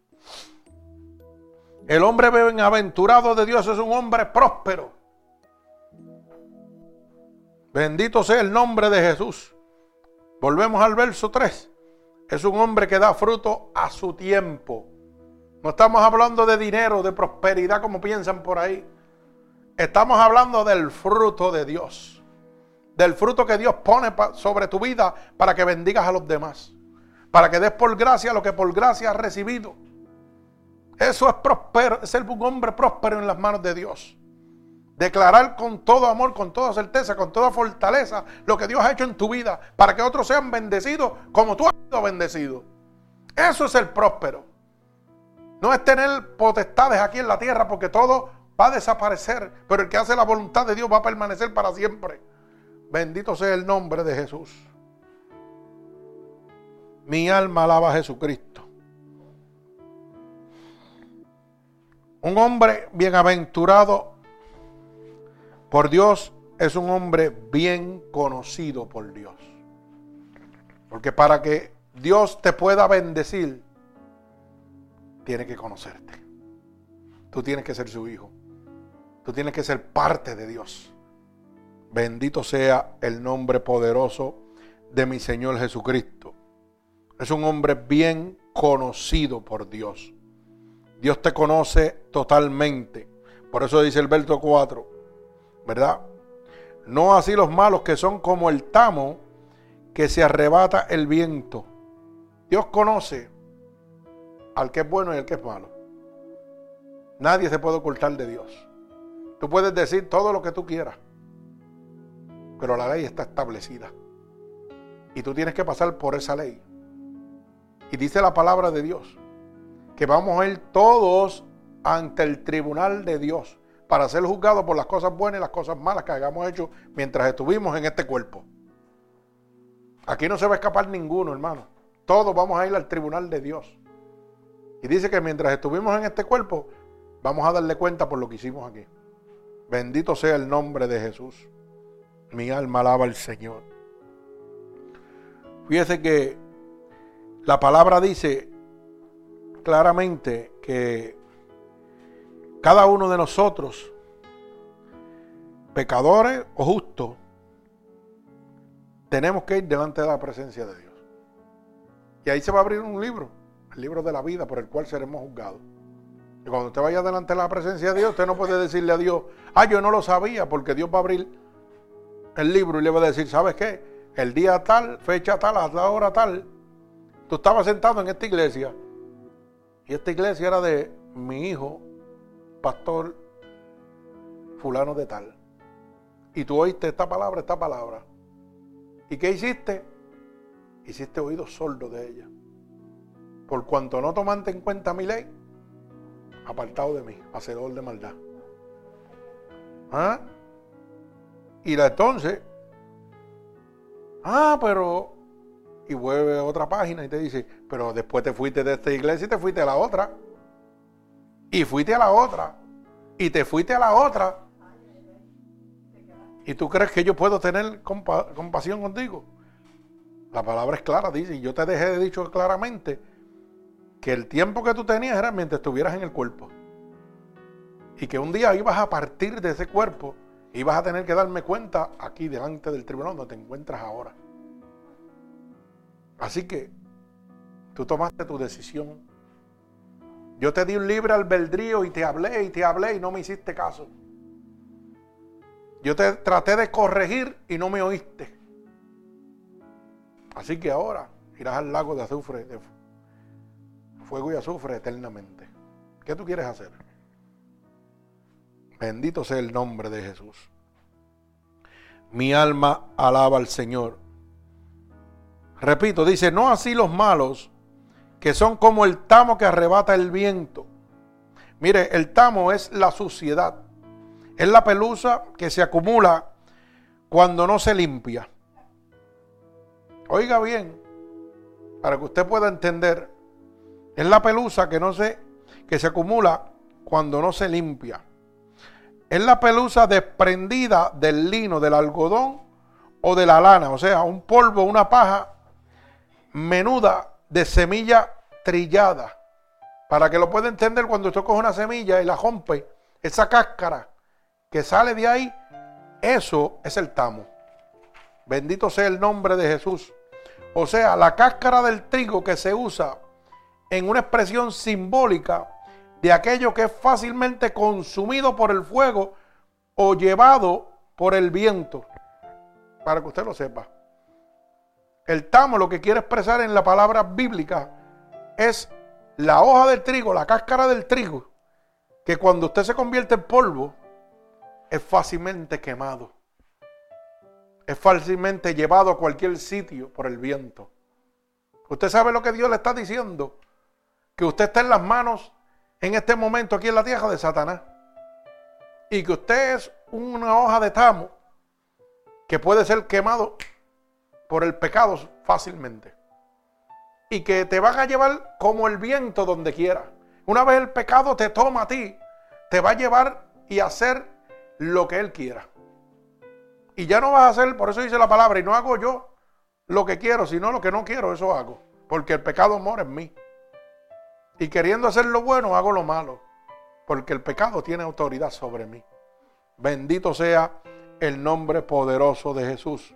El hombre bienaventurado de Dios es un hombre próspero. Bendito sea el nombre de Jesús. Volvemos al verso tres. Es un hombre que da fruto a su tiempo. No estamos hablando de dinero, de prosperidad como piensan por ahí. Estamos hablando del fruto de Dios. Del fruto que Dios pone sobre tu vida para que bendigas a los demás. Para que des por gracia lo que por gracia has recibido. Eso es próspero, es ser un hombre próspero en las manos de Dios. Declarar con todo amor, con toda certeza, con toda fortaleza lo que Dios ha hecho en tu vida para que otros sean bendecidos como tú has sido bendecido. Eso es el próspero. No es tener potestades aquí en la tierra porque todo va a desaparecer, pero el que hace la voluntad de Dios va a permanecer para siempre. Bendito sea el nombre de Jesús. Mi alma alaba a Jesucristo. Un hombre bienaventurado por Dios es un hombre bien conocido por Dios. Porque para que Dios te pueda bendecir, tiene que conocerte. Tú tienes que ser su hijo. Tú tienes que ser parte de Dios. Bendito sea el nombre poderoso de mi Señor Jesucristo. Es un hombre bien conocido por Dios. Dios te conoce totalmente. Por eso dice el verso cuatro, ¿verdad? No así los malos que son como el tamo que se arrebata el viento. Dios conoce al que es bueno y al que es malo. Nadie se puede ocultar de Dios. Tú puedes decir todo lo que tú quieras, pero la ley está establecida. Y tú tienes que pasar por esa ley. Y dice la palabra de Dios que vamos a ir todos ante el tribunal de Dios para ser juzgados por las cosas buenas y las cosas malas que hayamos hecho mientras estuvimos en este cuerpo. Aquí no se va a escapar ninguno, hermano. Todos vamos a ir al tribunal de Dios. Y dice que mientras estuvimos en este cuerpo, vamos a darle cuenta por lo que hicimos aquí. Bendito sea el nombre de Jesús. Mi alma alaba al Señor. Fíjese que la palabra dice claramente que cada uno de nosotros, pecadores o justos, tenemos que ir delante de la presencia de Dios. Y ahí se va a abrir un libro, el libro de la vida por el cual seremos juzgados. Y cuando usted vaya delante de la presencia de Dios, usted no puede decirle a Dios, ah, yo no lo sabía, porque Dios va a abrir el libro y le va a decir, ¿sabes qué? El día tal, fecha tal, a la hora tal, tú estabas sentado en esta iglesia y esta iglesia era de mi hijo, pastor fulano de tal. Y tú oíste esta palabra, esta palabra. ¿Y qué hiciste? Hiciste oídos sordos de ella. Por cuanto no tomaste en cuenta mi ley, apartado de mí, hacedor de maldad. ¿Ah? Y la entonces, ah, pero, y vuelve a otra página y te dice, pero después te fuiste de esta iglesia y te fuiste a la otra. Y fuiste a la otra. Y te fuiste a la otra. ¿Y tú crees que yo puedo tener compa- compasión contigo? La palabra es clara, dice, y yo te dejé dicho claramente que el tiempo que tú tenías era mientras estuvieras en el cuerpo. Y que un día ibas a partir de ese cuerpo, ibas a tener que darme cuenta aquí delante del tribunal donde te encuentras ahora. Así que tú tomaste tu decisión. Yo te di un libre albedrío y te hablé y te hablé y no me hiciste caso. Yo te traté de corregir y no me oíste. Así que ahora irás al lago de azufre, de fuego y azufre eternamente. ¿Qué tú quieres hacer? Bendito sea el nombre de Jesús. Mi alma alaba al Señor. Repito, dice, no así los malos, que son como el tamo que arrebata el viento. Mire, el tamo es la suciedad. Es la pelusa que se acumula cuando no se limpia. Oiga bien, para que usted pueda entender, es la pelusa que no se, que se acumula cuando no se limpia. Es la pelusa desprendida del lino, del algodón o de la lana, o sea, un polvo, una paja menuda de semilla trillada. Para que lo pueda entender, cuando usted coge una semilla y la rompe, esa cáscara que sale de ahí, eso es el tamo. Bendito sea el nombre de Jesús. O sea, la cáscara del trigo que se usa en una expresión simbólica de aquello que es fácilmente consumido por el fuego o llevado por el viento. Para que usted lo sepa. El tamo, lo que quiere expresar en la palabra bíblica, es la hoja del trigo, la cáscara del trigo, que cuando usted se convierte en polvo, es fácilmente quemado. Es fácilmente llevado a cualquier sitio por el viento. Usted sabe lo que Dios le está diciendo, que usted está en las manos en este momento aquí en la tierra de Satanás, y que usted es una hoja de tamo que puede ser quemado por el pecado fácilmente, y que te van a llevar como el viento donde quiera. Una vez el pecado te toma a ti, te va a llevar y a hacer lo que él quiera. Y ya no vas a hacer, por eso dice la palabra, y no hago yo lo que quiero, sino lo que no quiero, eso hago. Porque el pecado mora en mí. Y queriendo hacer lo bueno, hago lo malo. Porque el pecado tiene autoridad sobre mí. Bendito sea el nombre poderoso de Jesús.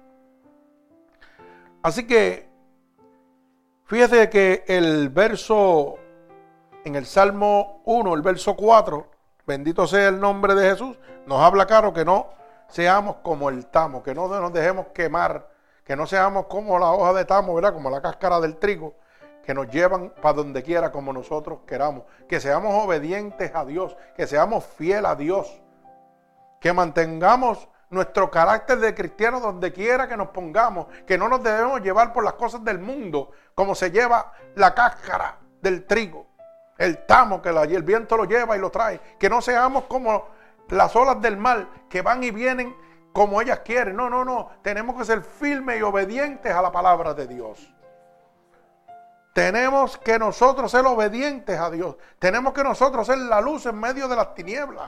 Así que, fíjese que el verso, en el Salmo uno, el verso cuatro, bendito sea el nombre de Jesús, nos habla claro que no seamos como el tamo, que no nos dejemos quemar, que no seamos como la hoja de tamo, ¿verdad? Como la cáscara del trigo, que nos llevan para donde quiera como nosotros queramos. Que seamos obedientes a Dios, que seamos fieles a Dios, que mantengamos nuestro carácter de cristiano donde quiera que nos pongamos, que no nos debemos llevar por las cosas del mundo, como se lleva la cáscara del trigo, el tamo que el viento lo lleva y lo trae. Que no seamos como las olas del mar que van y vienen como ellas quieren. No, no, no. Tenemos que ser firmes y obedientes a la palabra de Dios. Tenemos que nosotros ser obedientes a Dios. Tenemos que nosotros ser la luz en medio de las tinieblas.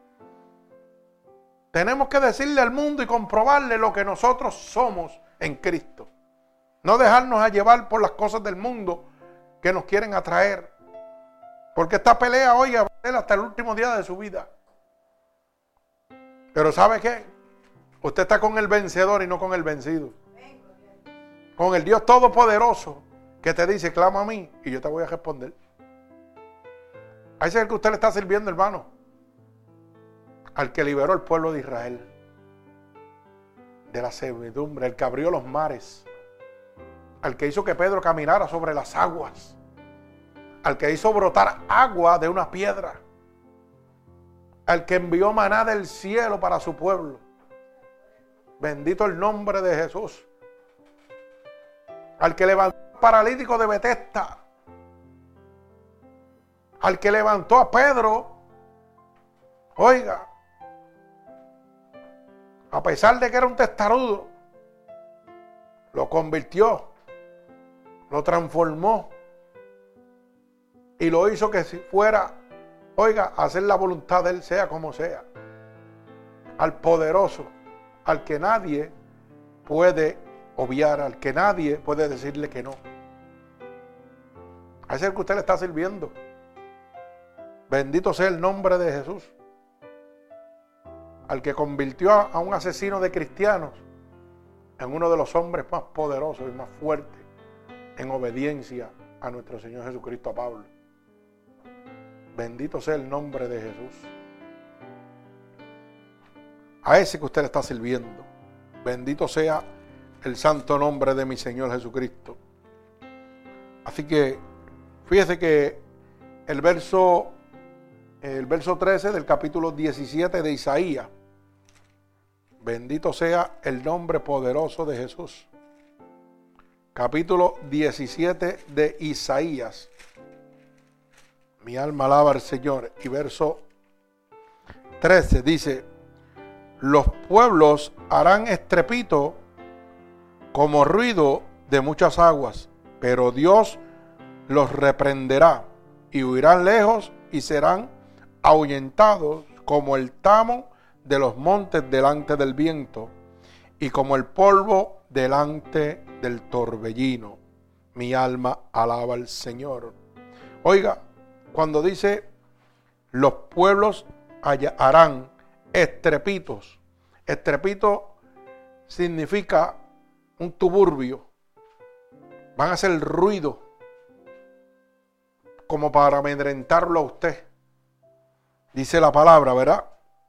Tenemos que decirle al mundo y comprobarle lo que nosotros somos en Cristo. No dejarnos a llevar por las cosas del mundo que nos quieren atraer. Porque esta pelea hoy va a ser hasta el último día de su vida. Pero ¿sabe qué? Usted está con el vencedor y no con el vencido. Con el Dios Todopoderoso que te dice, clama a mí y yo te voy a responder. A ese es el que usted le está sirviendo, hermano. Al que liberó el pueblo de Israel de la servidumbre, el que abrió los mares, al que hizo que Pedro caminara sobre las aguas, al que hizo brotar agua de una piedra, al que envió maná del cielo para su pueblo. Bendito el nombre de Jesús. Al que levantó al paralítico de Betesda, al que levantó a Pedro. Oiga, a pesar de que era un testarudo, lo convirtió, lo transformó y lo hizo que si fuera, oiga, a hacer la voluntad de Él, sea como sea. Al poderoso, al que nadie puede obviar, al que nadie puede decirle que no. A ese es el que usted le está sirviendo. Bendito sea el nombre de Jesús. Al que convirtió a un asesino de cristianos en uno de los hombres más poderosos y más fuertes en obediencia a nuestro Señor Jesucristo, a Pablo. Bendito sea el nombre de Jesús. A ese que usted le está sirviendo. Bendito sea el santo nombre de mi Señor Jesucristo. Así que fíjese que el verso, el verso trece del capítulo diecisiete de Isaías. Bendito sea el nombre poderoso de Jesús. Capítulo diecisiete de Isaías. Mi alma alaba al Señor. Y verso trece dice: los pueblos harán estrepito como ruido de muchas aguas, pero Dios los reprenderá y huirán lejos y serán ahuyentados como el tamo de los montes delante del viento y como el polvo delante del torbellino. Mi alma alaba al Señor. Oiga, cuando dice los pueblos harán estrepitos, estrepito significa un tuburbio, van a hacer ruido como para amedrentarlo a usted, dice la palabra, ¿verdad?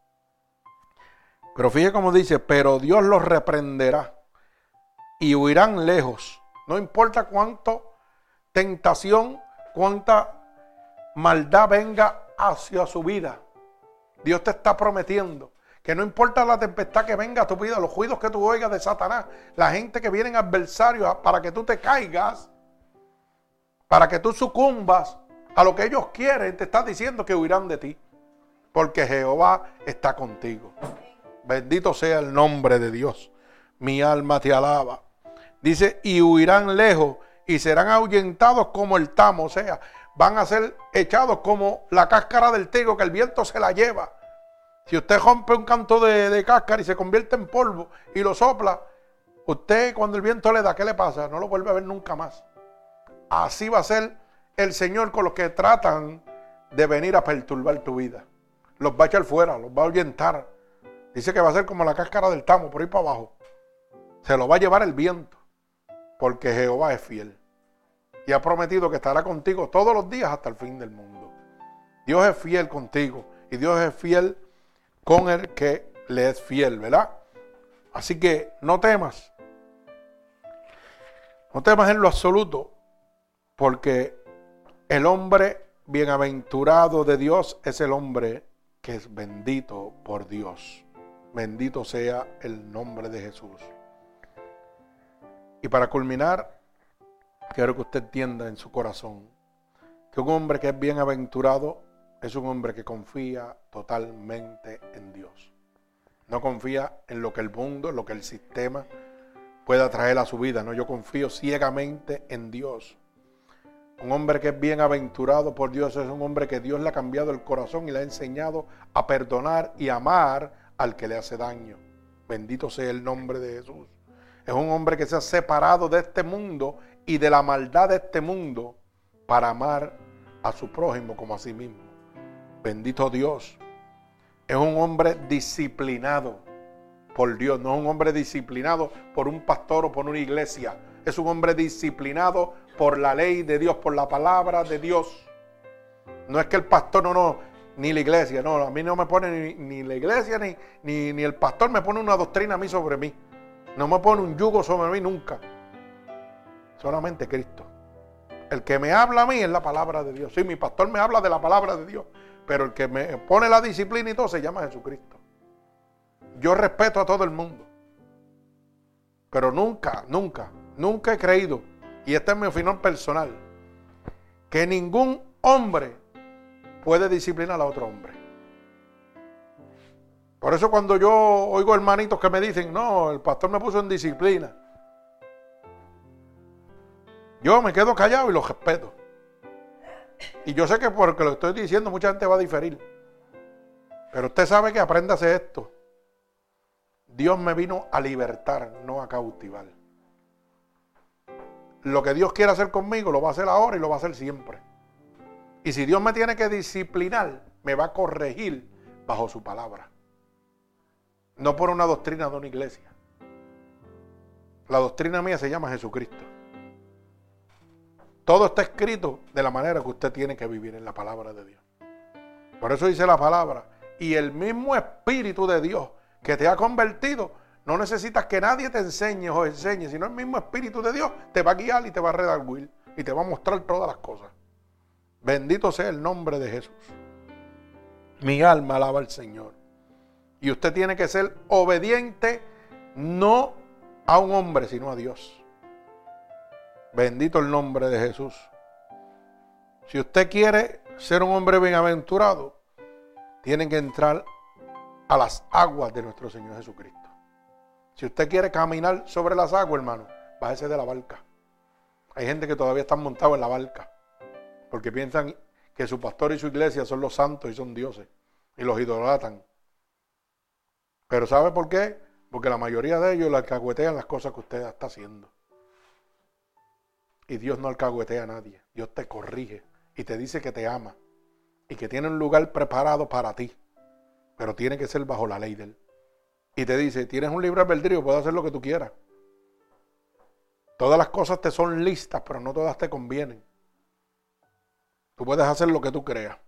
Pero fíjese cómo dice, pero Dios los reprenderá y huirán lejos. No importa cuánto tentación, cuánta maldad venga hacia su vida. Dios te está prometiendo que no importa la tempestad que venga a tu vida, los ruidos que tú oigas de Satanás, la gente que vienen adversarios para que tú te caigas, para que tú sucumbas a lo que ellos quieren, te está diciendo que huirán de ti, porque Jehová está contigo. Bendito sea el nombre de Dios. Mi alma te alaba. Dice, y huirán lejos y serán ahuyentados como el tamo, o sea, van a ser echados como la cáscara del trigo que el viento se la lleva. Si usted rompe un canto de, de cáscara y se convierte en polvo y lo sopla, usted cuando el viento le da, ¿qué le pasa? No lo vuelve a ver nunca más. Así va a ser el Señor con los que tratan de venir a perturbar tu vida. Los va a echar fuera, los va a ahuyentar. Dice que va a ser como la cáscara del tamo, por ahí para abajo. Se lo va a llevar el viento, porque Jehová es fiel. Y ha prometido que estará contigo todos los días hasta el fin del mundo. Dios es fiel contigo y Dios es fiel con el que le es fiel, ¿verdad? Así que no temas. No temas en lo absoluto, porque el hombre bienaventurado de Dios es el hombre que es bendito por Dios. Bendito sea el nombre de Jesús. Y para culminar, quiero que usted entienda en su corazón que un hombre que es bienaventurado es un hombre que confía totalmente en Dios. No confía en lo que el mundo, en lo que el sistema pueda traer a su vida. No, yo confío ciegamente en Dios. Un hombre que es bienaventurado por Dios es un hombre que Dios le ha cambiado el corazón y le ha enseñado a perdonar y amar al que le hace daño. Bendito sea el nombre de Jesús. Es un hombre que se ha separado de este mundo y de la maldad de este mundo para amar a su prójimo como a sí mismo. Bendito Dios. Es un hombre disciplinado por Dios, no es un hombre disciplinado por un pastor o por una iglesia. Es un hombre disciplinado por la ley de Dios, por la palabra de Dios. No es que el pastor, no, no, ni la iglesia, no, a mí no me pone ni, ni la iglesia, ni, ni, ni el pastor me pone una doctrina a mí sobre mí. No me pone un yugo sobre mí nunca. Solamente Cristo. El que me habla a mí es la palabra de Dios. Sí, mi pastor me habla de la palabra de Dios, pero el que me pone la disciplina y todo se llama Jesucristo. Yo respeto a todo el mundo, pero nunca, nunca, nunca he creído, y esta es mi opinión personal, que ningún hombre puede disciplinar a otro hombre. Por eso cuando yo oigo hermanitos que me dicen, no, el pastor me puso en disciplina, yo me quedo callado y los respeto. Y yo sé que porque lo estoy diciendo mucha gente va a diferir, pero usted sabe que apréndase esto. Dios me vino a libertar, no a cautivar. Lo que Dios quiere hacer conmigo lo va a hacer ahora y lo va a hacer siempre. Y si Dios me tiene que disciplinar, me va a corregir bajo su palabra. No por una doctrina de una iglesia. La doctrina mía se llama Jesucristo. Todo está escrito de la manera que usted tiene que vivir en la palabra de Dios. Por eso dice la palabra, y el mismo Espíritu de Dios que te ha convertido, no necesitas que nadie te enseñe o enseñe, sino el mismo Espíritu de Dios te va a guiar y te va a redarguir y te va a mostrar todas las cosas. Bendito sea el nombre de Jesús. Mi alma alaba al Señor. Y usted tiene que ser obediente no a un hombre, sino a Dios. Bendito el nombre de Jesús. Si usted quiere ser un hombre bienaventurado, tiene que entrar a las aguas de nuestro Señor Jesucristo. Si usted quiere caminar sobre las aguas, hermano, bájese de la barca. Hay gente que todavía están montados en la barca porque piensan que su pastor y su iglesia son los santos y son dioses y los idolatran. Pero ¿sabe por qué? Porque la mayoría de ellos le alcahuetean las cosas que usted está haciendo. Y Dios no alcahuetea a nadie. Dios te corrige y te dice que te ama y que tiene un lugar preparado para ti. Pero tiene que ser bajo la ley de Él. Y te dice, tienes un libre albedrío, puedes hacer lo que tú quieras. Todas las cosas te son listas, pero no todas te convienen. Tú puedes hacer lo que tú creas.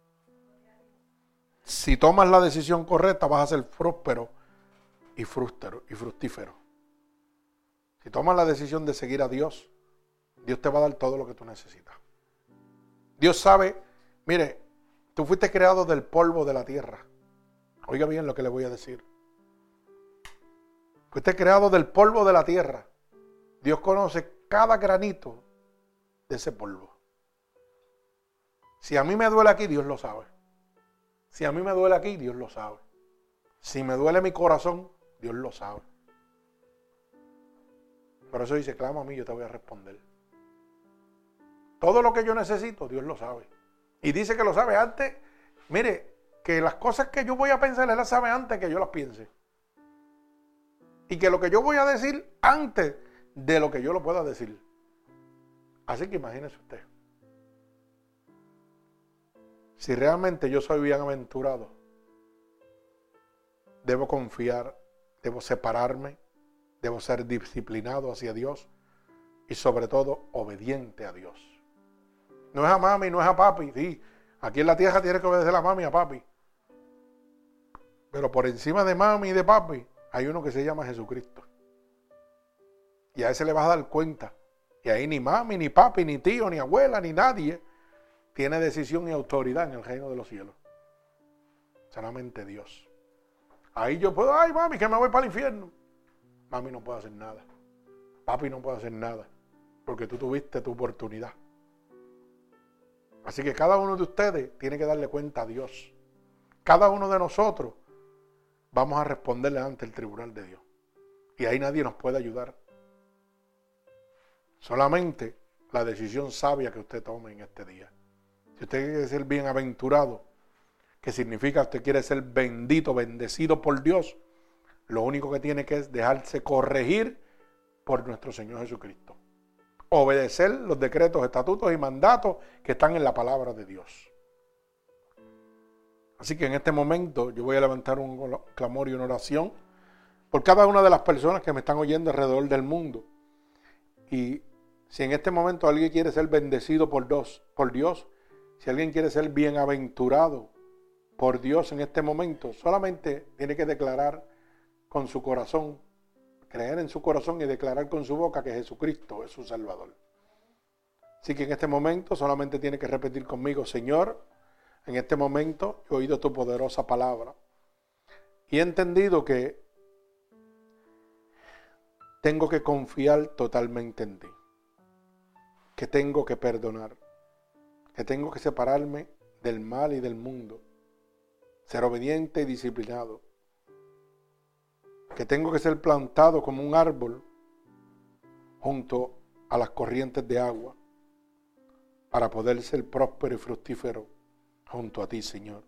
Si tomas la decisión correcta, vas a ser próspero y fructífero, y fructífero. Si tomas la decisión de seguir a Dios, Dios te va a dar todo lo que tú necesitas. Dios sabe, mire, tú fuiste creado del polvo de la tierra. Oiga bien lo que le voy a decir. Fuiste creado del polvo de la tierra. Dios conoce cada granito de ese polvo. Si a mí me duele aquí, Dios lo sabe. Si a mí me duele aquí, Dios lo sabe. Si me duele mi corazón, Dios lo sabe. Por eso dice, clama a mí, yo te voy a responder. Todo lo que yo necesito, Dios lo sabe. Y dice que lo sabe antes. Mire, que las cosas que yo voy a pensar, Él las sabe antes que yo las piense. Y que lo que yo voy a decir antes de lo que yo lo pueda decir. Así que imagínese usted. Si realmente yo soy bienaventurado, debo confiar, debo separarme, debo ser disciplinado hacia Dios y sobre todo obediente a Dios. No es a mami, no es a papi, sí. Aquí en la tierra tienes que obedecer a mami y a papi. Pero por encima de mami y de papi hay uno que se llama Jesucristo. Y a ese le vas a dar cuenta. Y ahí ni mami, ni papi, ni tío, ni abuela, ni nadie tiene decisión y autoridad en el reino de los cielos. Solamente Dios. Ahí yo puedo, ay mami, que me voy para el infierno. Mami no puede hacer nada. Papi no puede hacer nada. Porque tú tuviste tu oportunidad. Así que cada uno de ustedes tiene que darle cuenta a Dios. Cada uno de nosotros vamos a responderle ante el tribunal de Dios. Y ahí nadie nos puede ayudar. Solamente la decisión sabia que usted tome en este día. Si usted quiere ser bienaventurado, que significa usted quiere ser bendito, bendecido por Dios, lo único que tiene que es dejarse corregir por nuestro Señor Jesucristo. Obedecer los decretos, estatutos y mandatos que están en la palabra de Dios. Así que en este momento yo voy a levantar un clamor y una oración por cada una de las personas que me están oyendo alrededor del mundo. Y si en este momento alguien quiere ser bendecido por Dios, por Dios, si alguien quiere ser bienaventurado por Dios en este momento, solamente tiene que declarar con su corazón, creer en su corazón y declarar con su boca que Jesucristo es su Salvador. Así que en este momento solamente tiene que repetir conmigo: Señor, en este momento he oído tu poderosa palabra y he entendido que tengo que confiar totalmente en ti, que tengo que perdonar, que tengo que separarme del mal y del mundo, ser obediente y disciplinado, que tengo que ser plantado como un árbol junto a las corrientes de agua para poder ser próspero y fructífero junto a ti, Señor.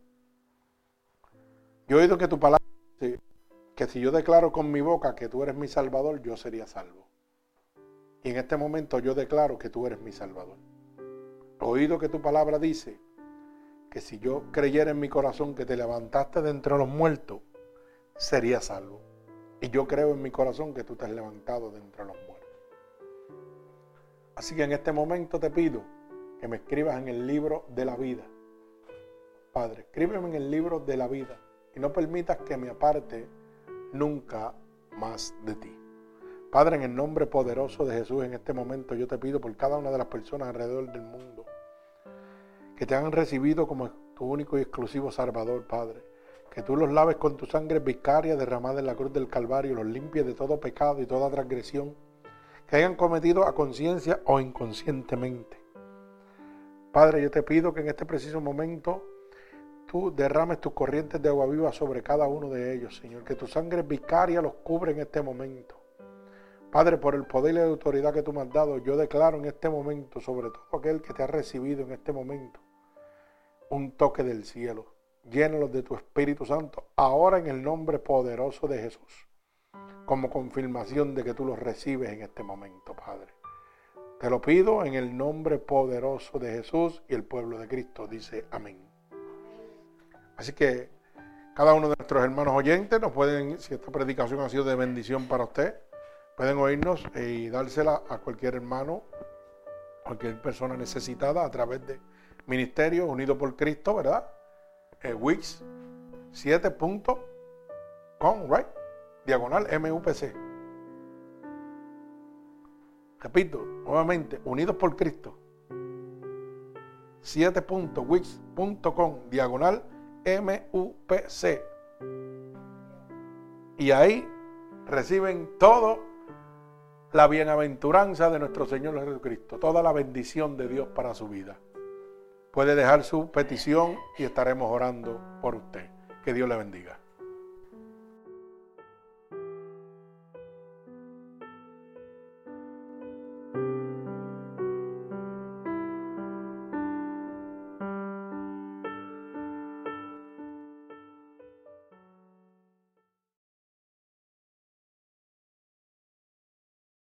Yo he oído que tu palabra dice que si yo declaro con mi boca que tú eres mi Salvador, yo sería salvo. Y en este momento yo declaro que tú eres mi Salvador. He oído que tu palabra dice que si yo creyera en mi corazón que te levantaste de entre los muertos, sería salvo. Y yo creo en mi corazón que tú te has levantado de entre los muertos. Así que en este momento te pido que me escribas en el libro de la vida. Padre, escríbeme en el libro de la vida y no permitas que me aparte nunca más de ti. Padre, en el nombre poderoso de Jesús, en este momento yo te pido por cada una de las personas alrededor del mundo que te han recibido como tu único y exclusivo Salvador, Padre. Que tú los laves con tu sangre vicaria derramada en la cruz del Calvario, los limpies de todo pecado y toda transgresión que hayan cometido a conciencia o inconscientemente. Padre, yo te pido que en este preciso momento tú derrames tus corrientes de agua viva sobre cada uno de ellos, Señor. Que tu sangre vicaria los cubre en este momento. Padre, por el poder y la autoridad que tú me has dado, yo declaro en este momento, sobre todo aquel que te ha recibido en este momento, un toque del cielo. Llénalos de tu Espíritu Santo, ahora en el nombre poderoso de Jesús, como confirmación de que tú los recibes en este momento, Padre. Te lo pido en el nombre poderoso de Jesús, y el pueblo de Cristo dice amén. Así que cada uno de nuestros hermanos oyentes nos pueden, si esta predicación ha sido de bendición para usted, pueden oírnos y dársela a cualquier hermano, cualquier persona necesitada a través de Ministerio Unido por Cristo, ¿verdad? Eh, Wix siete punto com, right? Diagonal M U P C. Repito, nuevamente, Unidos por Cristo. siete punto wix punto com, diagonal M U P C. Y ahí reciben todo la bienaventuranza de nuestro Señor Jesucristo, toda la bendición de Dios para su vida. Puede dejar su petición y estaremos orando por usted. Que Dios le bendiga.